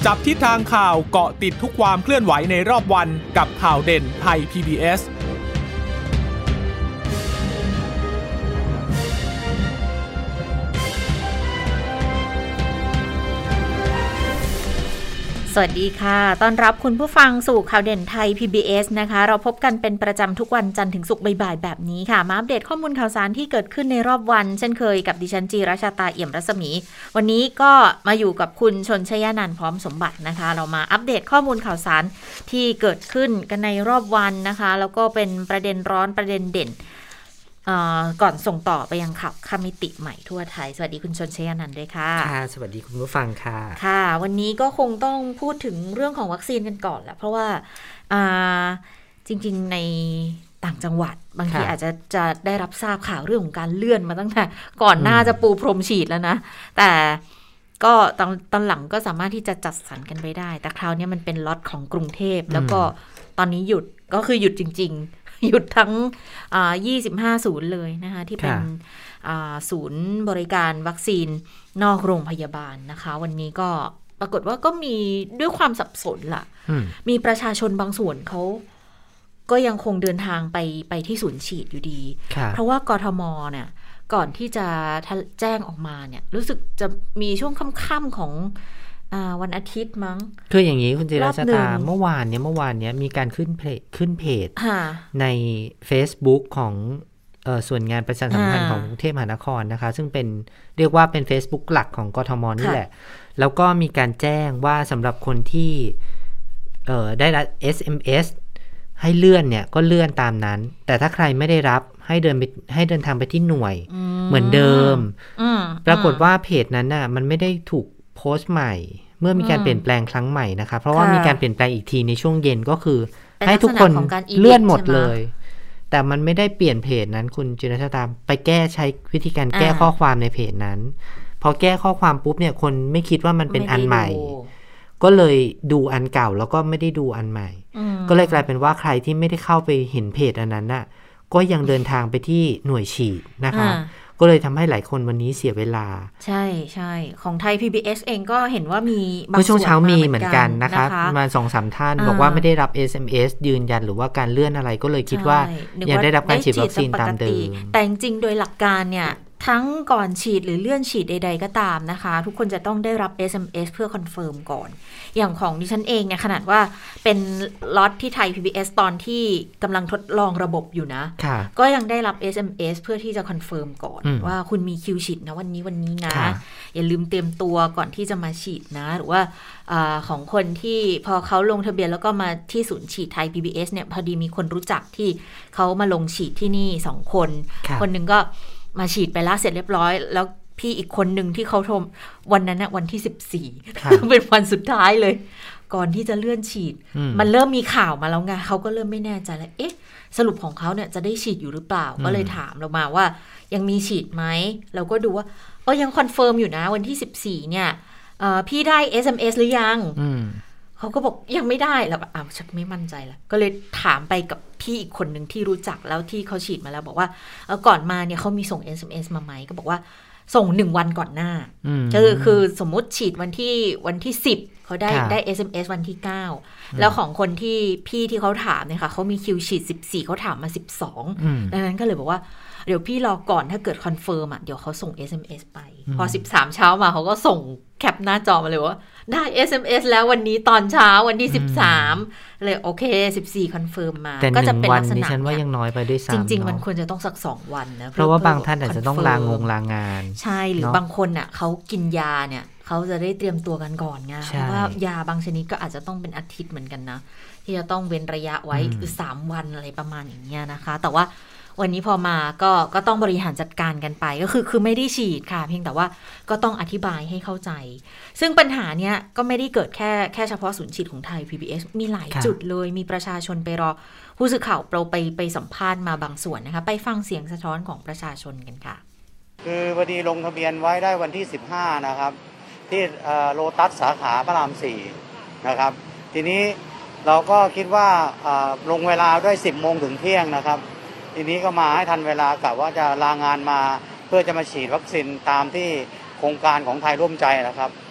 จับทิศทางข่าวเกาะติดทุกความเคลื่อนไหวในรอบวันกับข่าวเด่นไทย PBS สวัสดีค่ะต้อนรับคุณผู้ฟังสู่ข่าวเด่นไทย PBS นะคะเราพบกันเป็นประจำทุกวันจันทร์ถึงศุกร์บ่ายๆแบบนี้ค่ะมาอัปเดตข้อมูลข่าวสารที่เกิดขึ้นในรอบวันเช่นเคยกับดิฉันจีราชาตาเอี่ยมรัศมีวันนี้ก็มาอยู่กับคุณชนชยานันท์พร้อมสมบัตินะคะเรามาอัปเดตข้อมูลข่าวสารที่เกิดขึ้นกันในรอบวันนะคะแล้วก็เป็นประเด็นร้อนประเด็นเด่นก่อนส่งต่อไปยังข่าวค่ามิติใหม่ทั่วไทยสวัสดีคุณชนชยานันท์ด้วยค่ะค่ะสวัสดีคุณผู้ฟังค่ะค่ะวันนี้ก็คงต้องพูดถึงเรื่องของวัคซีนกันก่อนแหละเพราะว่าจริงๆในต่างจังหวัดบางทีอาจจะได้รับทราบข่าวเรื่องของการเลื่อนมาตั้งแต่ก่อนหน้าจะปูพรมฉีดแล้วนะแต่ก็ตอนหลังก็สามารถที่จะจัดสรรกันไปได้แต่คราวนี้มันเป็นล็อตของกรุงเทพแล้วก็ตอนนี้หยุดก็คือหยุดจริงๆหยุดทั้ง25ศูนย์เลยนะคะที่เป็นศูนย์บริการวัคซีนนอกโรงพยาบาลนะคะวันนี้ก็ปรากฏว่าก็มีด้วยความสับสนล่ะมีประชาชนบางส่วนเขาก็ยังคงเดินทางไปที่ศูนย์ฉีดอยู่ดีเพราะว่ากทมเนี่ยก่อนที่จะแจ้งออกมาเนี่ยรู้สึกจะมีช่วงค่ำๆของวันอาทิตย์มั้งคืออย่างนี้คุณจิราชตาเมื่อวานเนี้ยมีการขึ้นเพจใน Facebook ของส่วนงานประชาสัมพันธ์ของกรุงเทพมหานครนะคะซึ่งเป็นเรียกว่าเป็น Facebook หลักของกทมนี่แหละแล้วก็มีการแจ้งว่าสำหรับคนที่ได้รับ SMS ให้เลื่อนเนี่ยก็เลื่อนตามนั้นแต่ถ้าใครไม่ได้รับให้เดินทางไปที่หน่วยเหมือนเดิมปรากฏว่าเพจนั้นน่ะมันไม่ได้ถูกโพสต์ใหม่เมื่อมีการเปลี่ยนแปลงครั้งใหม่นะคะเพราะว่ามีการเปลี่ยนแปลงอีกทีในช่วงเย็นก็คือให้ทุกคนเลื่อนหมดเลยแต่มันไม่ได้เปลี่ยนเพจนั้นคุณจิรชาตาไปใช้วิธีการแก้ข้อความในเพจนั้นพอแก้ข้อความปุ๊บเนี่ยคนไม่คิดว่ามันเป็นอันใหม่ก็เลยดูอันเก่าแล้วก็ไม่ได้ดูอันใหม่ก็เลยกลายเป็นว่าใครที่ไม่ได้เข้าไปเห็นเพจอันนั้นน่ะก็ยังเดินทางไปที่หน่วยฉีดนะคะก็เลยทำให้หลายคนวันนี้เสียเวลาใช่ใช่ของไทย PBS เองก็เห็นว่ามีบางส่วนช่วงเช้ามีเหมือนกันนะคะมา 2-3 ท่านบอกว่าไม่ได้รับ SMS ยืนยันหรือว่าการเลื่อนอะไรก็เลยคิดว่ายังได้รับการฉีดวัคซีนตามเดิมแต่จริงๆโดยหลักการเนี่ยทั้งก่อนฉีดหรือเลื่อนฉีดใดๆก็ตามนะคะทุกคนจะต้องได้รับ SMS เพื่อคอนเฟิร์มก่อนอย่างของดิฉันเองเนี่ยขนาดว่าเป็นล็อตที่ไทย PBS ตอนที่กำลังทดลองระบบอยู่นะก็ยังได้รับ SMS เพื่อที่จะคอนเฟิร์มก่อนว่าคุณมีคิวฉีดนะวันนี้นะอย่าลืมเตรียมตัวก่อนที่จะมาฉีดนะหรือว่าของคนที่พอเขาลงทะเบียนแล้วก็มาที่ศูนย์ฉีดไทย PBS เนี่ยพอดีมีคนรู้จักที่เขามาลงฉีดที่นี่2คนนึงก็มาฉีดไปแล้วเสร็จเรียบร้อยแล้วพี่อีกคนหนึ่งที่เขาโทรวันนั้นนะวันที่14เป็นวันสุดท้ายเลยก่อนที่จะเลื่อนฉีดมันเริ่มมีข่าวมาแล้วไงเขาก็เริ่มไม่แน่ใจแล้วเอ๊ะสรุปของเขาเนี่ยจะได้ฉีดอยู่หรือเปล่าก็เลยถามเรามาว่ายังมีฉีดไหมเราก็ดูว่ายังคอนเฟิร์มอยู่นะวันที่14เนี่ยพี่ได้ SMS หรือยังเขาก็บอกยังไม่ได้แล้วชักไม่มั่นใจแล้วก็เลยถามไปกับพี่อีกคนหนึ่งที่รู้จักแล้วที่เขาฉีดมาแล้วบอกว่าก่อนมาเนี่ยเขามีส่ง SMS มาไหมก็บอกว่าส่ง1วันก่อนหน้าคือสมมุติฉีดวันที่10เขาได้ SMS วันที่9แล้วของคนที่พี่ที่เขาถามเนี่ยค่ะเขามีคิวฉีด14เขาถามมา12ดังนั้นก็เลยบอกว่าเดี๋ยวพี่รอก่อนถ้าเกิดคอนเฟิร์มเดี๋ยวเขาส่ง SMS ไปพอ13เช้ามาเขาก็ส่งแคปหน้าจอมาเลยว่าได้ SMS แล้ววันนี้ตอนเช้าวันที่13เลยโอเค14คอนเฟิร์มมาก็จะเป็นลักษณะนี้ฉันว่ายังน้อยไปด้วยซ้ำจริงๆมันควรจะต้องสัก2วันนะเพราะว่าบางท่านอาจจะต้องลางานใช่หรือบางคนเขากินยาเนี่ยเขาจะได้เตรียมตัวกันก่อนไงเพราะว่ายาบางชนิดก็อาจจะต้องเป็นอาทิตย์เหมือนกันนะที่จะต้องเว้นระยะไว้คือ3วันอะไรประมาณอย่างเงี้ยนะคะแต่ว่าวันนี้พอมาก็ต้องบริหารจัดการกันไปก็คือไม่ได้ฉีดค่ะเพียงแต่ว่าก็ต้องอธิบายให้เข้าใจซึ่งปัญหาเนี้ยก็ไม่ได้เกิดแค่เฉพาะศูนย์ฉีดของไทย PBS มีหลายจุดเลยมีประชาชนไปรอผู้สื่อข่าวเราไปสัมภาษณ์มาบางส่วนนะคะไปฟังเสียงสะท้อนของประชาชนกันค่ะคือพอดีลงทะเบียนไว้ได้วันที่15นะครับที่โลตัสสาขาพระราม4นะครับทีนี้เราก็คิดว่าลงเวลาด้วย10 โมงถึงเที่ยงนะครับทีนี้ก็มาให้ทันเวลากะว่าจะลางานมาเพื่อจะมาฉีดวัคซีนตามที่โครงการของไทยร่วมใจนะครับ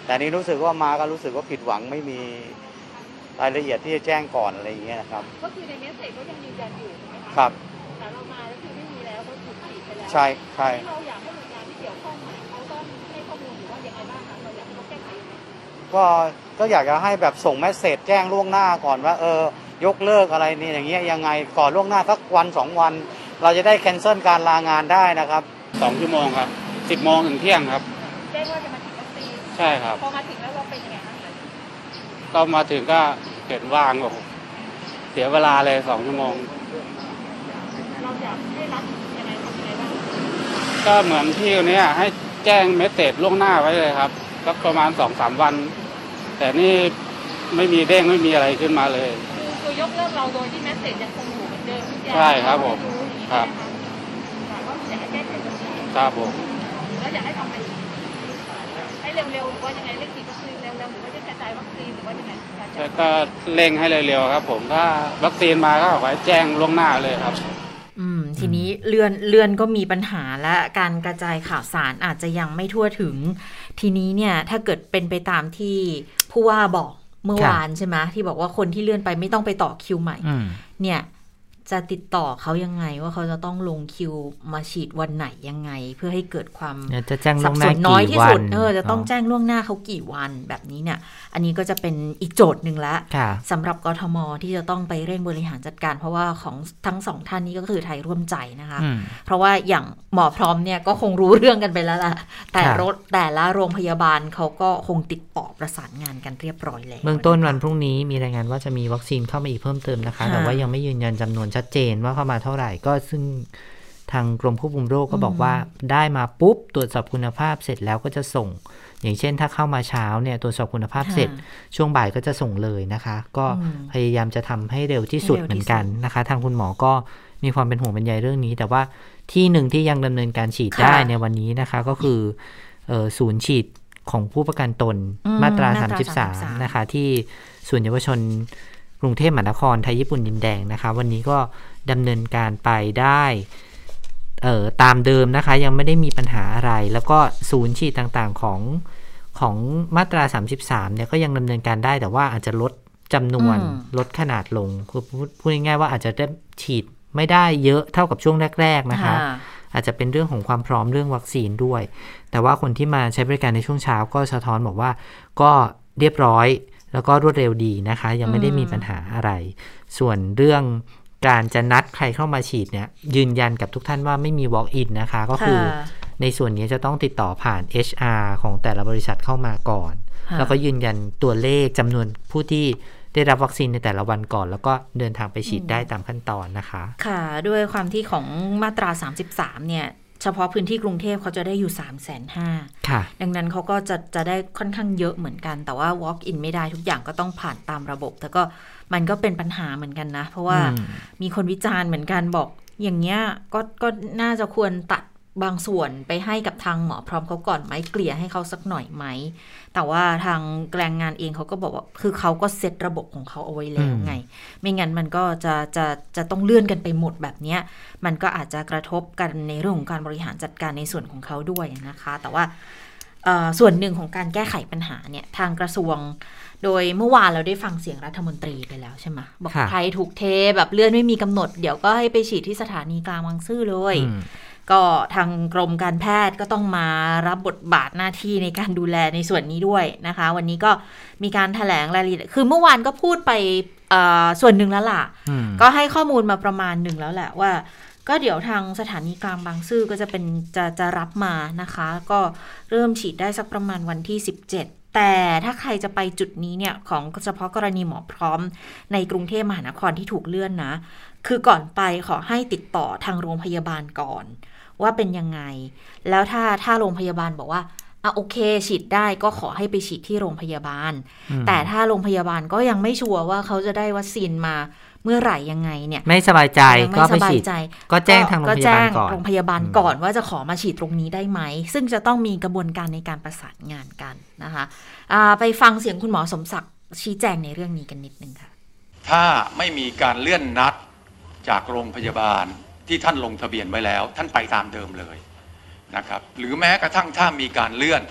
แต่นี้รู้สึกว่ามาก็รู้สึกว่าผิดหวังไม่มีรายละเอียดที่จะแจ้งก่อนอะไรอย่างเงี้ยนะครับก็คือในเมสเสจก็ยังยืนยันอยู่ใช่ไหมคะครับแต่เรามาแล้วคือไม่มีแล้วก็ถูกฉีดไปแล้วใช่เราอยากให้หน่วยงานที่เกี่ยวข้องเขาต้องให้ข้อมูลหรือว่าอย่างไรบ้างคะเราอยากให้เขาแก้ไขก็อยากจะให้แบบส่งเมสเสจแจ้งล่วงหน้าก่อนว่ายกเลิกอะไรนี่อย่างเงี้ยยังไงก่อนล่วงหน้าสักวัน2 วันเราจะได้แคนเซิลการลางานได้นะครับ 2 ชั่วโมงครับ10 โมงถึงเที่ยงครับแจ้งว่าจะมาฉีดวัคซีนใช่ครับพอมาถึงแล้วเราเป็นยังไงคะก็มาถึงก็เห็นว่างโอ้เสียเวลาเลย2 ชั่วโมงเราอยากให้รัฐยังไงทำยังไงบ้างก็เหมือนที่นี้ให้แจ้งเมสเสจล่วงหน้าไว้เลยครับสักประมาณ 2-3 วันแต่นี่ไม่มีเด้งไม่มีอะไรขึ้นมาเลยคือยกเลิกเราโดยที่เมสเสจยังคงอยู่เหมือนเดิมใช่ครับผมครับก็อยากให้แก้ไขตรงนี้ครับผมแล้วอยากให้ทำให้เร็วๆหรือว่ายังไงเร่งฉีดวัคซีนเร็วๆหรือว่าจะกระจายวัคซีนหรือว่ายังไงก็เร่งให้เร็วๆครับผมถ้าวัคซีนมาก็ขอให้แจ้งล่วงหน้าเลยครับทีนี้เลื่อนก็มีปัญหาและการกระจายข่าวสารอาจจะยังไม่ทั่วถึงทีนี้เนี่ยถ้าเกิดเป็นไปตามที่ผู้ว่าบอกเมื่อวานใช่ไหมที่บอกว่าคนที่เลื่อนไปไม่ต้องไปต่อคิวใหม่เนี่ยจะติดต่อเขายังไงว่าเขาจะต้องลงคิวมาฉีดวันไหนยังไงเพื่อให้เกิดความสับสนน้อยที่สุดจะต้องแจ้งล่วงหน้าเขากี่วันแบบนี้เนี่ยอันนี้ก็จะเป็นอีกโจทย์หนึ่งแล้วสำหรับกทมที่จะต้องไปเร่งบริหารจัดการเพราะว่าของทั้ง2ท่านนี้ก็คือไทยร่วมใจนะคะเพราะว่าอย่างหมอพร้อมเนี่ยก็คงรู้เรื่องกันไปแล้วล่ะแต่ละโรงพยาบาลเขาก็คงติดต่อประสานงานกันเรียบร้อยแล้วเบื้องต้นวันพรุ่งนี้มีรายงานว่าจะมีวัคซีนเข้ามาอีกเพิ่มเติมนะคะแต่ว่ายังไม่ยืนยันจำนวนชัดเจนว่าเข้ามาเท่าไหร่ก็ซึ่งทางกรมควบคุมโรคก็บอกว่าได้มาปุ๊บตรวจสอบคุณภาพเสร็จแล้วก็จะส่งอย่างเช่นถ้าเข้ามาเช้าเนี่ยตรวจสอบคุณภาพเสร็จช่วงบ่ายก็จะส่งเลยนะคะก็พยายามจะทำให้เร็วที่สุดเหมือนกันนะคะทางคุณหมอก็มีความเป็นห่วงเป็นใยเรื่องนี้แต่ว่าที่หนึ่งที่ยังดำเนินการฉีดได้ในวันนี้นะคะก็คือศูนย์ฉีดของผู้ประกันตนมาตรา33นะคะที่ศูนย์เยาวชนกรุงเทพมหานครไทยญี่ปุ่นดินแดงนะคะวันนี้ก็ดำเนินการไปได้ตามเดิมนะคะยังไม่ได้มีปัญหาอะไรแล้วก็ศูนย์ฉีดต่างๆของมาตรา33เนี่ยก็ยังดำเนินการได้แต่ว่าอาจจะลดจำนวนลดขนาดลงคือพูดง่ายๆว่าอาจจะได้ฉีดไม่ได้เยอะเท่ากับช่วงแรกๆนะคะอาจจะเป็นเรื่องของความพร้อมเรื่องวัคซีนด้วยแต่ว่าคนที่มาใช้บริการในช่วงเช้าก็สะท้อนบอกว่าก็เรียบร้อยแล้วก็รวดเร็วดีนะคะยังไม่ได้มีปัญหาอะไรส่วนเรื่องการจะนัดใครเข้ามาฉีดเนี่ยยืนยันกับทุกท่านว่าไม่มี walk in นะคะก็คือในส่วนนี้จะต้องติดต่อผ่าน HR ของแต่ละบริษัทเข้ามาก่อนแล้วก็ยืนยันตัวเลขจำนวนผู้ที่ได้รับวัคซีนในแต่ละวันก่อนแล้วก็เดินทางไปฉีดได้ตามขั้นตอนนะคะค่ะด้วยความที่ของมาตรา33เนี่ยเฉพาะพื้นที่กรุงเทพเขาจะได้อยู่ 350,000 ค่ะดังนั้นเขาก็จะได้ค่อนข้างเยอะเหมือนกันแต่ว่า walk in ไม่ได้ทุกอย่างก็ต้องผ่านตามระบบแต่ก็มันก็เป็นปัญหาเหมือนกันนะเพราะว่ามีคนวิจารณ์เหมือนกันบอกอย่างเงี้ยก็น่าจะควรตัดบางส่วนไปให้กับทางหมอพร้อมเขาก่อนไหมเกลี่ยให้เขาสักหน่อยไหมแต่ว่าทางแรงงานเองเขาก็บอกว่าคือเขาก็เซตระบบของเขาเอาไว้แล้วไงไม่งั้นมันก็จะต้องเลื่อนกันไปหมดแบบนี้มันก็อาจจะกระทบกันในเรื่องของการบริหารจัดการในส่วนของเขาด้วยนะคะแต่ว่าส่วนหนึ่งของการแก้ไขปัญหาเนี่ยทางกระทรวงโดยเมื่อวานเราได้ฟังเสียงรัฐมนตรีไปแล้วใช่ไหมบอกใครถูกเทแบบเลื่อนไม่มีกำหนดเดี๋ยวก็ให้ไปฉีดที่สถานีกลางบางซื่อเลยก็ทางกรมการแพทย์ก็ต้องมารับบทบาทหน้าที่ในการดูแลในส่วนนี้ด้วยนะคะวันนี้ก็มีการแถลงรายละเอียดคือเมื่อวานก็พูดไปส่วนหนึ่งแล้วล่ะก็ให้ข้อมูลมาประมาณหนึ่งแล้วแหละว่าก็เดี๋ยวทางสถานีกลางบางซื่อก็จะเป็นจะรับมานะคะก็เริ่มฉีดได้สักประมาณวันที่17แต่ถ้าใครจะไปจุดนี้เนี่ยของเฉพาะกรณีหมอพร้อมในกรุงเทพมหานครที่ถูกเลื่อนนะคือก่อนไปขอให้ติดต่อทางโรงพยาบาลก่อนว่าเป็นยังไงแล้วถ้าโรงพยาบาลบอกว่าโอเคฉีดได้ก็ขอให้ไปฉีดที่โรงพยาบาลแต่ถ้าโรงพยาบาลก็ยังไม่ชัวร์ว่าเขาจะได้วัคซีนมาเมื่อไหร่ยังไงเนี่ยไม่สบายใจก็ไปฉีดก็แจ้งทางโรงพยาบาลก่อนโรงพยาบาลก่อนว่าจะขอมาฉีดตรงนี้ได้ไหมซึ่งจะต้องมีกระบวนการในการประสานงานกันนะคะไปฟังเสียงคุณหมอสมศักดิ์ชี้แจงในเรื่องนี้กันนิดนึงค่ะถ้าไม่มีการเลื่อนนัดจากโรงพยาบาลที่ท่านลงทะเบียนไว้แล้วท่านไปตามเดิมเลยนะครับหรือแม้กระทั่งถ้ามีการเลื่อน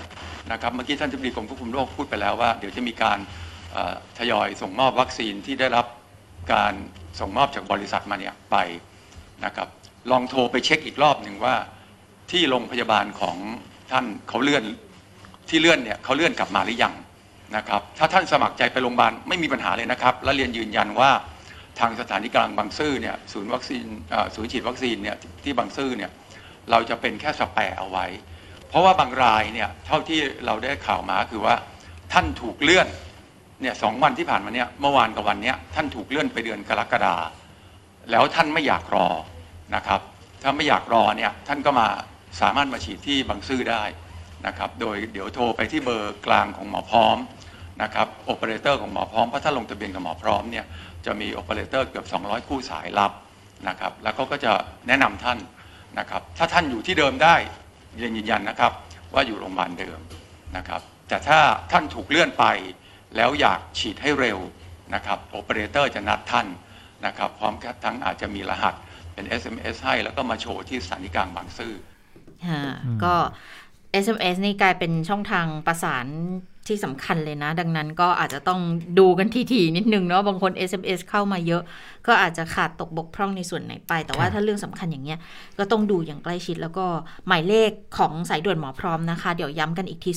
นะครับเมื่อกี้ท่านอธิบดีกรมควบคุมโรคพูดไปแล้วว่าเดี๋ยวจะมีการทยอยส่งมอบวัคซีนที่ได้รับการส่งมอบจากบริษัทมาเนี่ยไปนะครับลองโทรไปเช็คอีกรอบหนึ่งว่าที่โรงพยาบาลของท่านเขาเลื่อนที่เลื่อนเนี่ยเขาเลื่อนกลับมาหรือยังนะครับถ้าท่านสมัครใจไปโรงพยาบาลไม่มีปัญหาเลยนะครับและเรียนยืนยันว่าทางสถานีกลางบางซื่อเนี่ยศูนย์ฉีดวัคซีนเนี่ยที่บางซื่อเนี่ยเราจะเป็นแค่สแปร์เอาไว้เพราะว่าบางรายเนี่ยเท่าที่เราได้ข่าวมาคือว่าท่านถูกเลื่อนเนี่ย2 วันที่ผ่านมาเนี่ยเมื่อวานกับวันนี้ท่านถูกเลื่อนไปเดือนกรกฎาคมแล้วท่านไม่อยากรอนะครับถ้าไม่อยากรอเนี่ยท่านก็สามารถมาฉีดที่บางซื่อได้นะครับโดยเดี๋ยวโทรไปที่เบอร์กลางของหมอพร้อมนะครับโอเปอเรเตอร์ของหมอพร้อมเพราะถ้าลงทะเบียนกับหมอพร้อมเนี่ยจะมีโอเปอเรเตอร์เกือบ200คู่สายรับนะครับแล้วเขาก็จะแนะนำท่านนะครับถ้าท่านอยู่ที่เดิมได้ยืนยันนะครับว่าอยู่โรงพยาบาลเดิมนะครับแต่ถ้าท่านถูกเลื่อนไปแล้วอยากฉีดให้เร็วนะครับโอเปอเรเตอร์จะนัดท่านนะครับพร้อมทั้งอาจจะมีรหัสเป็น SMS ให้แล้วก็มาโชว์ที่สถานีกลางบางซื่อก็ SMS นี่กลายเป็นช่องทางประสานที่สำคัญเลยนะดังนั้นก็อาจจะต้องดูกันถี่ๆนิดนึงเนาะบางคน SMS เข้ามาเยอะก็อาจจะขาดตกบกพร่องในส่วนไหนไปแต่ว่าถ้าเรื่องสำคัญอย่างเงี้ยก็ต้องดูอย่างใกล้ชิดแล้วก็หมายเลขของสายด่วนหมอพร้อมนะคะเดี๋ยวย้ำกันอีกที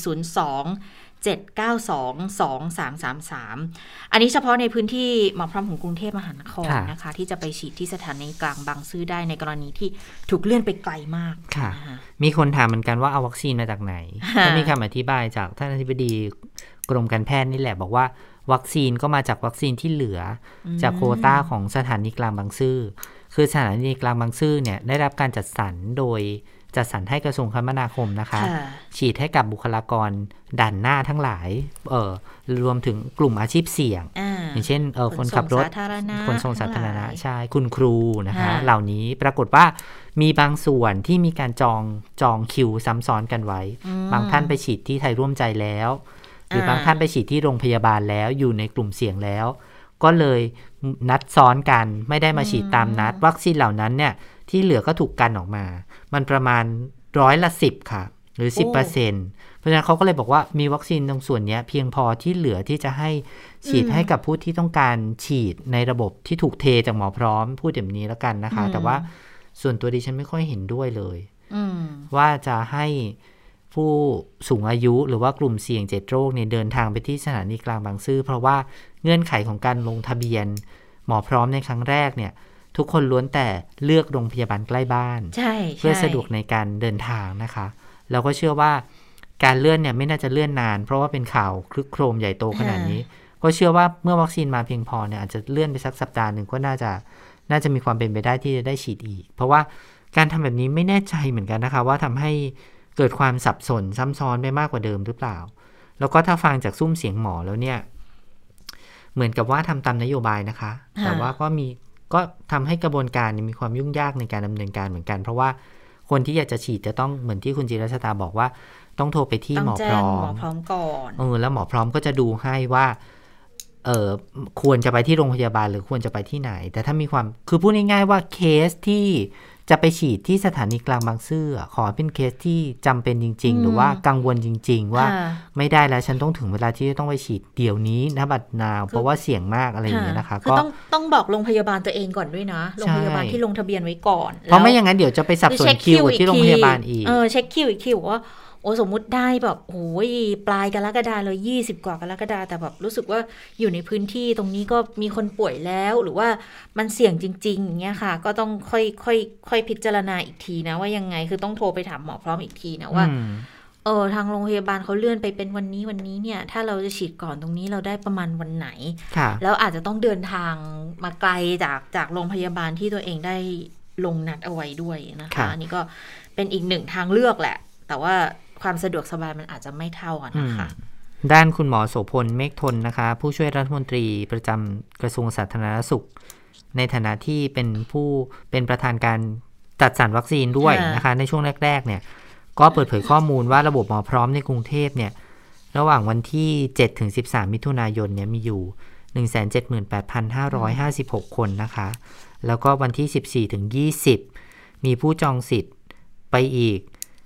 02-792-2333อันนี้เฉพาะในพื้นที่หมอพร้อมของกรุงเทพมหานครนะคะที่จะไปฉีดที่สถานีกลางบางซื่อได้ในกรณีที่ถูกเลื่อนไปไกลมากมีคนถามเหมือนกันว่าเอาวัคซีนมาจากไหนก็มีคำอธิบายจากท่านอธิบดีกรมการแพทย์นี่แหละบอกว่าวัคซีนก็มาจากวัคซีนที่เหลือจากโควต้าของสถานีกลางบางซื่อคือสถานีกลางบางซื่อเนี่ยได้รับการจัดสรรโดยจัดสรรให้กระทรวงคมนาคมนะคะฉีดให้กับบุคลากรด่านหน้าทั้งหลายรวมถึงกลุ่มอาชีพเสี่ยงอย่างเช่นคนขับรถขนส่งสาธารณะใช่คุณครูนะคะเหล่านี้ปรากฏว่ามีบางส่วนที่มีการจองคิวซ้ำซ้อนกันไว้บางท่านไปฉีดที่ไทยร่วมใจแล้วหรือบางท่านไปฉีดที่โรงพยาบาลแล้วอยู่ในกลุ่มเสี่ยงแล้วก็เลยนัดซ้อนกันไม่ได้มาฉีดตามนัดวัคซีนเหล่านั้นเนี่ยที่เหลือก็ถูกกันออกมามันประมาณ10%ค่ะหรือ 10% เพราะฉะนั้นเขาก็เลยบอกว่ามีวัคซีนตรงส่วนนี้เพียงพอที่เหลือที่จะให้ฉีดให้กับผู้ที่ต้องการฉีดในระบบที่ถูกเทจากหมอพร้อมพูดแบบนี้แล้วกันนะคะแต่ว่าส่วนตัวดิฉันไม่ค่อยเห็นด้วยเลยว่าจะให้ผู้สูงอายุหรือว่ากลุ่มเสี่ยง7โรคเนี่ยเดินทางไปที่สถานีกลางบางซื่อเพราะว่าเงื่อนไขของการลงทะเบียนหมอพร้อมในครั้งแรกเนี่ยทุกคนล้วนแต่เลือกโรงพยาบาลใกล้บ้านเพื่อสะดวกในการเดินทางนะคะแล้วก็เชื่อว่าการเลื่อนเนี่ยไม่น่าจะเลื่อนนานเพราะว่าเป็นข่าวคลึกโครมใหญ่โตขนาดนี้ก็เชื่อว่าเมื่อวัคซีนมาเพียงพอเนี่ยอาจจะเลื่อนไปสักสัปดาห์นึงก็น่าจะมีความเป็นไปได้ที่จะได้ฉีดอีกเพราะว่าการทำแบบนี้ไม่แน่ใจเหมือนกันนะคะว่าทำให้เกิดความสับสนซ้ำซ้อนไปมากกว่าเดิมหรือเปล่าแล้วก็ถ้าฟังจากซุ้มเสียงหมอแล้วเนี่ยเหมือนกับว่าทำตามนโยบายนะคะแต่ว่าก็ทำให้กระบวนการมีความยุ่งยากในการดำเนินการเหมือนกันเพราะว่าคนที่อยากจะฉีดจะต้องเหมือนที่คุณจิรชตาบอกว่าต้องโทรไปที่หมอพร้อมก่อนแล้วหมอพร้อมก็จะดูให้ว่าควรจะไปที่โรงพยาบาลหรือควรจะไปที่ไหนแต่ถ้ามีความคือพูดง่ายๆว่าเคสที่จะไปฉีดที่สถานีกลางบางซื่อขอเป็นเคสที่จำเป็นจริงๆหรือว่ากังวลจริงๆว่าไม่ได้แล้วฉันต้องถึงเวลาที่ต้องไปฉีดเดี๋ยวนี้นะบัดนาวเพราะว่าเสี่ยงมากอะไรอย่างเงี้ยนะคะก็ต้องบอกโรงพยาบาลตัวเองก่อนด้วยนะโรงพยาบาลที่ลงทะเบียนไว้ก่อนเพราะไม่อย่างนั้นเดี๋ยวจะไปสับสนคิวที่โรงพยาบาลอีกเช็คคิวอีกคิวว่าโอ้สมมุติได้แบบโอ้ยปลายกรกฎาคมเลย20กว่ากรกฎาคมแต่แบบรู้สึกว่าอยู่ในพื้นที่ตรงนี้ก็มีคนป่วยแล้วหรือว่ามันเสี่ยงจริงๆอย่างเงี้ยค่ะก็ต้องค่อยพิจารณาอีกทีนะว่ายังไงคือต้องโทรไปถามหมอพร้อมอีกทีนะว่าทางโรงพยาบาลเขาเลื่อนไปเป็นวันนี้เนี่ยถ้าเราจะฉีดก่อนตรงนี้เราได้ประมาณวันไหนแล้วอาจจะต้องเดินทางมาไกลจากโรงพยาบาลที่ตัวเองได้ลงนัดเอาไว้ด้วยนะคะอันนี้ก็เป็นอีกหนึ่งทางเลือกแหละแต่ว่าความสะดวกสบายมันอาจจะไม่เท่ากันนะคะด้านคุณหมอโสพลเมฆทนนะคะผู้ช่วยรัฐมนตรีประจำกระทรวงสาธารณสุขในฐานะที่เป็นประธานการจัดสรรวัคซีนด้วยนะคะในช่วงแรกๆเนี่ยก็เปิดเผยข้อมูลว่าระบบหมอพร้อมในกรุงเทพเนี่ยระหว่างวันที่7ถึง13มิถุนายนเนี่ยมีอยู่ 178,556 คนนะคะแล้วก็วันที่14ถึง20มีผู้จองสิทธิ์ไปอีก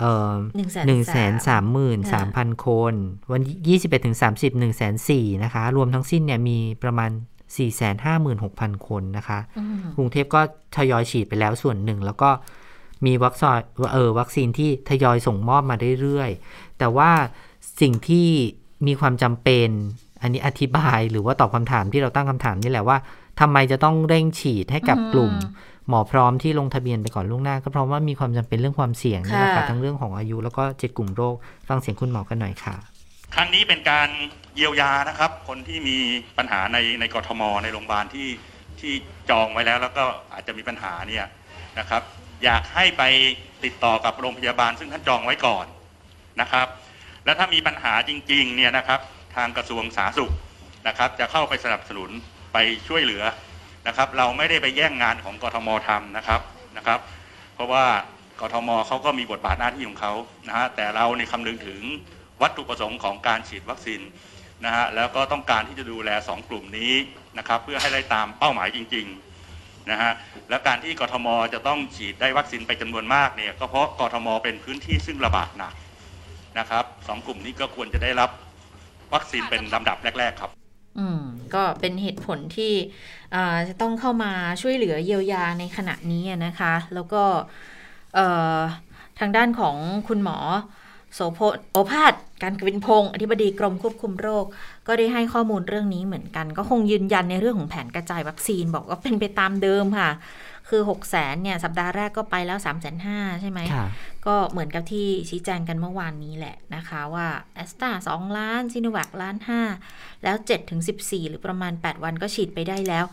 133,000 คนวัน 21-30 140,000 นะคะรวมทั้งสิ้นเนี่ยมีประมาณ 456,000 คนนะคะกรุงเทพก็ทยอยฉีดไปแล้วส่วนหนึ่งแล้วก็มีวัคซีนที่ทยอยส่งมอบมาเรื่อยๆแต่ว่าสิ่งที่มีความจำเป็นอันนี้อธิบายหรือว่าตอบคำถามที่เราตั้งคำถามนี่แหละว่าทำไมจะต้องเร่งฉีดให้กับกลุ่มหมอพร้อมที่ลงทะเบียนไปก่อนล่วงหน้าก็เพราะว่ามีความจำเป็นเรื่องความเสี่ยงนี่แหละค่ะทั้งเรื่องของอายุแล้วก็7กลุ่มโรคฟังเสียงคุณหมอกันหน่อยค่ะครั้งนี้เป็นการเยียวยานะครับคนที่มีปัญหาในกทมในโรงพยาบาลที่จองไว้แล้วก็อาจจะมีปัญหาเนี่ยนะครับอยากให้ไปติดต่อกับโรงพยาบาลซึ่งท่านจองไว้ก่อนนะครับและถ้ามีปัญหาจริงๆเนี่ยนะครับทางกระทรวงสาธารณสุขนะครับจะเข้าไปสนับสนุนไปช่วยเหลือนะครับเราไม่ได้ไปแย่งงานของกทมทำนะครับเพราะว่ากทมเขาก็มีบทบาทหน้าที่ของเขานะฮะแต่เราในคำนึงถึงวัตถุประสงค์ของการฉีดวัคซีนนะฮะแล้วก็ต้องการที่จะดูแล2กลุ่มนี้นะครับเพื่อให้ได้ตามเป้าหมายจริงๆนะฮะและการที่กทมจะต้องฉีดได้วัคซีนไปจำนวนมากเนี่ยก็เพราะกทมเป็นพื้นที่ซึ่งระบาดหนักนะครับ2กลุ่มนี้ก็ควรจะได้รับวัคซีนเป็นลำดับแรกๆครับก็เป็นเหตุผลที่จะต้องเข้ามาช่วยเหลือเยียวยาในขณะนี้นะคะแล้วก็ทางด้านของคุณหมอโอภาสการกวินพงศ์อธิบดีกรมควบคุมโรคก็ได้ให้ข้อมูลเรื่องนี้เหมือนกันก็คงยืนยันในเรื่องของแผนกระจายวัคซีนบอกว่าเป็นไปตามเดิมค่ะคือ 600,000 เนี่ยสัปดาห์แรกก็ไปแล้ว 350,000 ใช่ไหมก็เหมือนกับที่ชี้แจงกันเมื่อวานนี้แหละนะคะว่าแอสตรา2 ล้านซิโนแวค1.5 ล้านแล้ว 7-14 หรือประมาณ8วันก็ฉีดไปได้แล้ว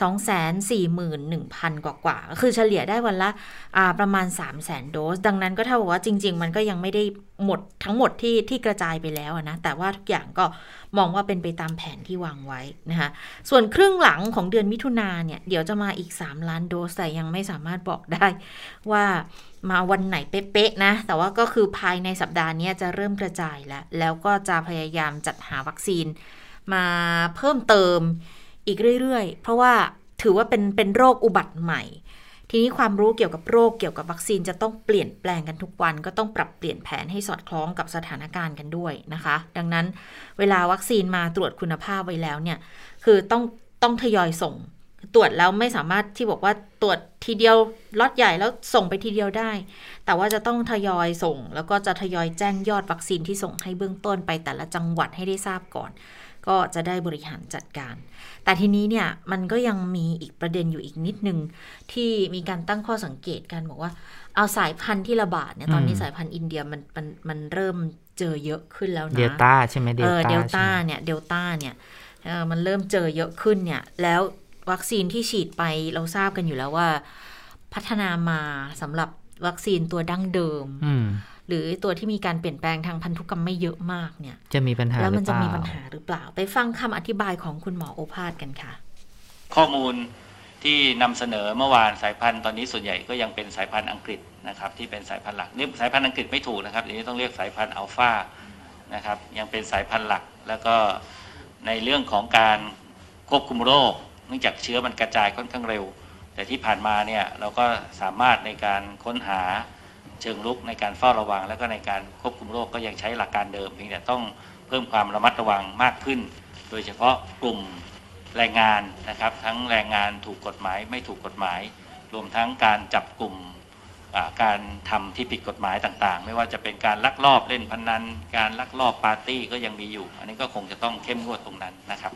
241,000 กว่าก็คือเฉลี่ยได้วันละประมาณ 300,000 โดสดังนั้นก็เท่ากับว่าจริงๆมันก็ยังไม่ได้หมดทั้งหมดที่กระจายไปแล้วนะแต่ว่าทุกอย่างก็มองว่าเป็นไปตามแผนที่วางไว้นะคะส่วนครึ่งหลังของเดือนมิถุนายนเนี่ยเดี๋ยวจะมาอีก3 ล้านโดสแต่ยังไม่สามารถบอกได้ว่ามาวันไหนเป๊ะๆนะแต่ว่าก็คือภายในสัปดาห์นี้จะเริ่มกระจายแล้วก็จะพยายามจัดหาวัคซีนมาเพิ่มเติมอีกเรื่อยๆเพราะว่าถือว่าเป็นโรคอุบัติใหม่ทีนี้ความรู้เกี่ยวกับโรคเกี่ยวกับวัคซีนจะต้องเปลี่ยนแปลงกันทุกวันก็ต้องปรับเปลี่ยนแผนให้สอดคล้องกับสถานการณ์กันด้วยนะคะดังนั้นเวลาวัคซีนมาตรวจคุณภาพไว้แล้วเนี่ยคือต้องทยอยส่งตรวจแล้วไม่สามารถที่บอกว่าตรวจทีเดียวล็อตใหญ่แล้วส่งไปทีเดียวได้แต่ว่าจะต้องทยอยส่งแล้วก็จะทยอยแจ้งยอดวัคซีนที่ส่งให้เบื้องต้นไปแต่ละจังหวัดให้ได้ทราบก่อนก็จะได้บริหารจัดการแต่ทีนี้เนี่ยมันก็ยังมีอีกประเด็นอยู่อีกนิดนึงที่มีการตั้งข้อสังเกตกันบอกว่าเอาสายพันธุ์ที่ระบาดเนี่ยตอนนี้สายพันธุ์อินเดียมันเริ่มเจอเยอะขึ้นแล้วนะเดลต้าใช่ไหมเดลต้าเนี่ยมันเริ่มเจอเยอะขึ้นเนี่ยแล้ววัคซีนที่ฉีดไปเราทราบกันอยู่แล้วว่าพัฒนามาสำหรับวัคซีนตัวดั้งเดิมหรือตัวที่มีการเปลี่ยนแปลงทางพันธุกรรมไม่เยอะมากเนี่ยจะมีปัญหาแล้วมันจะมีปัญหาหรือเปล่าไปฟังคำอธิบายของคุณหมอโอภาสกันค่ะข้อมูลที่นำเสนอเมื่อวานสายพันธุ์ตอนนี้ส่วนใหญ่ก็ยังเป็นสายพันธุ์อังกฤษนะครับที่เป็นสายพันธุ์หลักนี่สายพันธุ์อังกฤษไม่ถูกนะครับทีนี้ต้องเรียกสายพันธุ์อัลฟานะครับยังเป็นสายพันธุ์หลักแล้วก็ในเรื่องของการควบคุมโรคเนื่องจากเชื้อมันกระจายค่อนข้างเร็วแต่ที่ผ่านมาเนี่ยเราก็สามารถในการค้นหาเชิงรุกในการเฝ้าระวังแล้วก็ในการควบคุมโรคก็ยังใช้หลักการเดิมเพียงแต่ต้องเพิ่มความระมัดระวังมากขึ้นโดยเฉพาะกลุ่มแรงงานนะครับทั้งแรงงานถูกกฎหมายไม่ถูกกฎหมายรวมทั้งการจับกลุ่มการทำที่ผิดกฎหมายต่างๆไม่ว่าจะเป็นการลักลอบเล่นพนันการลักลอบปาร์ตี้ก็ยังมีอยู่อันนี้ก็คงจะต้องเข้มงวดตรงนั้นนะครับ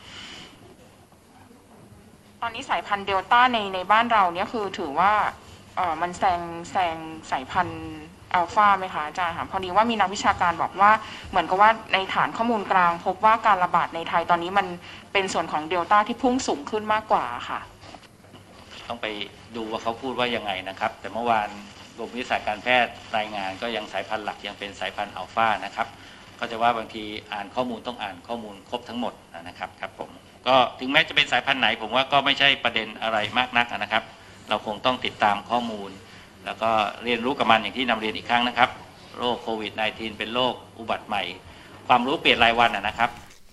ตอนนี้สายพันธุ์เดลต้าในบ้านเราเนี่ยคือถือว่ามันแซงสายพันธุ์อัลฟาไหมคะอาจารย์ค่ะพอดีว่ามีนักวิชาการบอกว่าเหมือนกับว่าในฐานข้อมูลกลางพบว่าการระบาดในไทยตอนนี้มันเป็นส่วนของเดลต้าที่พุ่งสูงขึ้นมากกว่าค่ะต้องไปดูว่าเขาพูดว่ายังไงนะครับแต่เมื่อวานกรมวิทยาการแพทย์รายงานก็ยังสายพันธุ์หลักยังเป็นสายพันธุ์อัลฟานะครับก็จะว่าบางทีอ่านข้อมูลต้องอ่านข้อมูลครบทั้งหมดนะครับครับผมก็ถึงแม้จะเป็นสายพันธุ์ไหนผมว่าก็ไม่ใช่ประเด็นอะไรมากนักนะครับเราคงต้องติดตามข้อมูลแล้วก็เรียนรู้กับมันอย่างที่นำเรียนอีกครั้งนะครับโรคโควิด -19 เป็นโรคอุบัติใหม่ความรู้เปลี่ยนรายวันนะครับ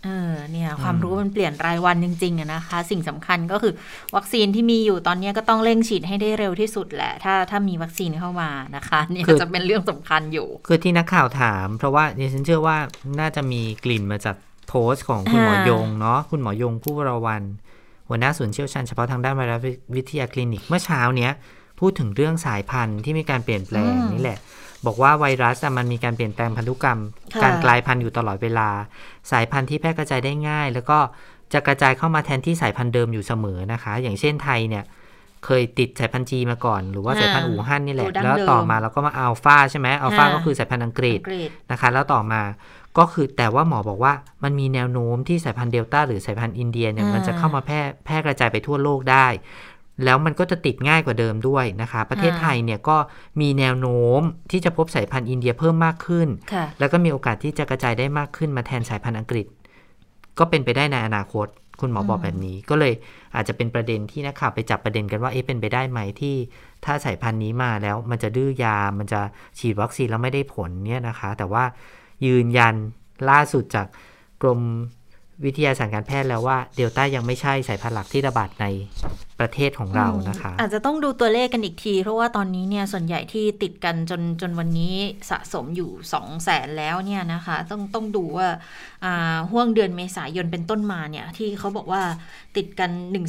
เนี่ยความรู้มันเปลี่ยนรายวันจริงๆนะคะสิ่งสำคัญก็คือวัคซีนที่มีอยู่ตอนนี้ก็ต้องเร่งฉีดให้ได้เร็วที่สุดแหละถ้ามีวัคซีนเข้ามานะคะนี่ก็จะเป็นเรื่องสำคัญอยู่คือที่นักข่าวถามเพราะว่าดิฉันเชื่อว่าน่าจะมีกลิ่นมาจากโพสต์ของคุณหมอยงเนาะคุณหมอยงผู้วรวรรณหัวหน้าศูนย์เชี่ยวชาญเฉพาะทางด้านไวรัสวิทยาคลินิกเมื่อเช้าเนี้ยพูดถึงเรื่องสายพันธุ์ที่มีการเปลี่ยนแปลงนี่แหละบอกว่าไวรัสมันมีการเปลี่ยนแปลงพันธุกรรมการกลายพันธุ์อยู่ตลอดเวลาสายพันธุ์ที่แพร่กระจายได้ง่ายแล้วก็จะกระจายเข้ามาแทนที่สายพันธุ์เดิมอยู่เสมอนะคะอย่างเช่นไทยเนี่ยเคยติดสายพันธุ์จีมาก่อนหรือว่าสายพันธุ์อู่ฮั่นนี่แหละแล้วต่อมาเราก็มาอัลฟาใช่ไหมอัลฟาก็คือสายพันธุ์อังกฤษนะคะแล้วต่อมาก็คือแต่ว่าหมอบอกว่ามันมีแนวโน้มที่สายพันธุ์เดลต้าหรือสายพันธุ์อินเดียเนี่ยมันจะเข้ามาแพร่กระจายไปทั่วโลกได้แล้วมันก็จะติดง่ายกว่าเดิมด้วยนะคะประเทศไทยเนี่ยก็มีแนวโน้มที่จะพบสายพันธุ์อินเดียเพิ่มมากขึ้นแล้วก็มีโอกาสที่จะกระจายได้มากขึ้นมาแทนสายพันธุ์อังกฤษก็เป็นไปได้ในอนาคตคุณหมอบอกแบบนี้ก็เลยอาจจะเป็นประเด็นที่นักข่าวไปจับประเด็นกันว่าเป็นไปได้ไหมที่ถ้าสายพันธุ์นี้มาแล้วมันจะดื้อยามันจะฉีดวัคซีนแล้วไม่ได้ผลเนี่ยนะคะแต่ว่ายืนยันล่าสุดจากกรมวิทยาศาสตร์การแพทย์แล้วว่าเดลต้ายังไม่ใช่สายพันธุ์หลักที่ระบาดในประเทศของเรานะคะอาจจะต้องดูตัวเลขกันอีกทีเพราะว่าตอนนี้เนี่ยส่วนใหญ่ที่ติดกันจนวันนี้สะสมอยู่ 200,000 แล้วเนี่ยนะคะต้องดูว่าห่วงเดือนเมษายนเป็นต้นมาเนี่ยที่เขาบอกว่าติดกัน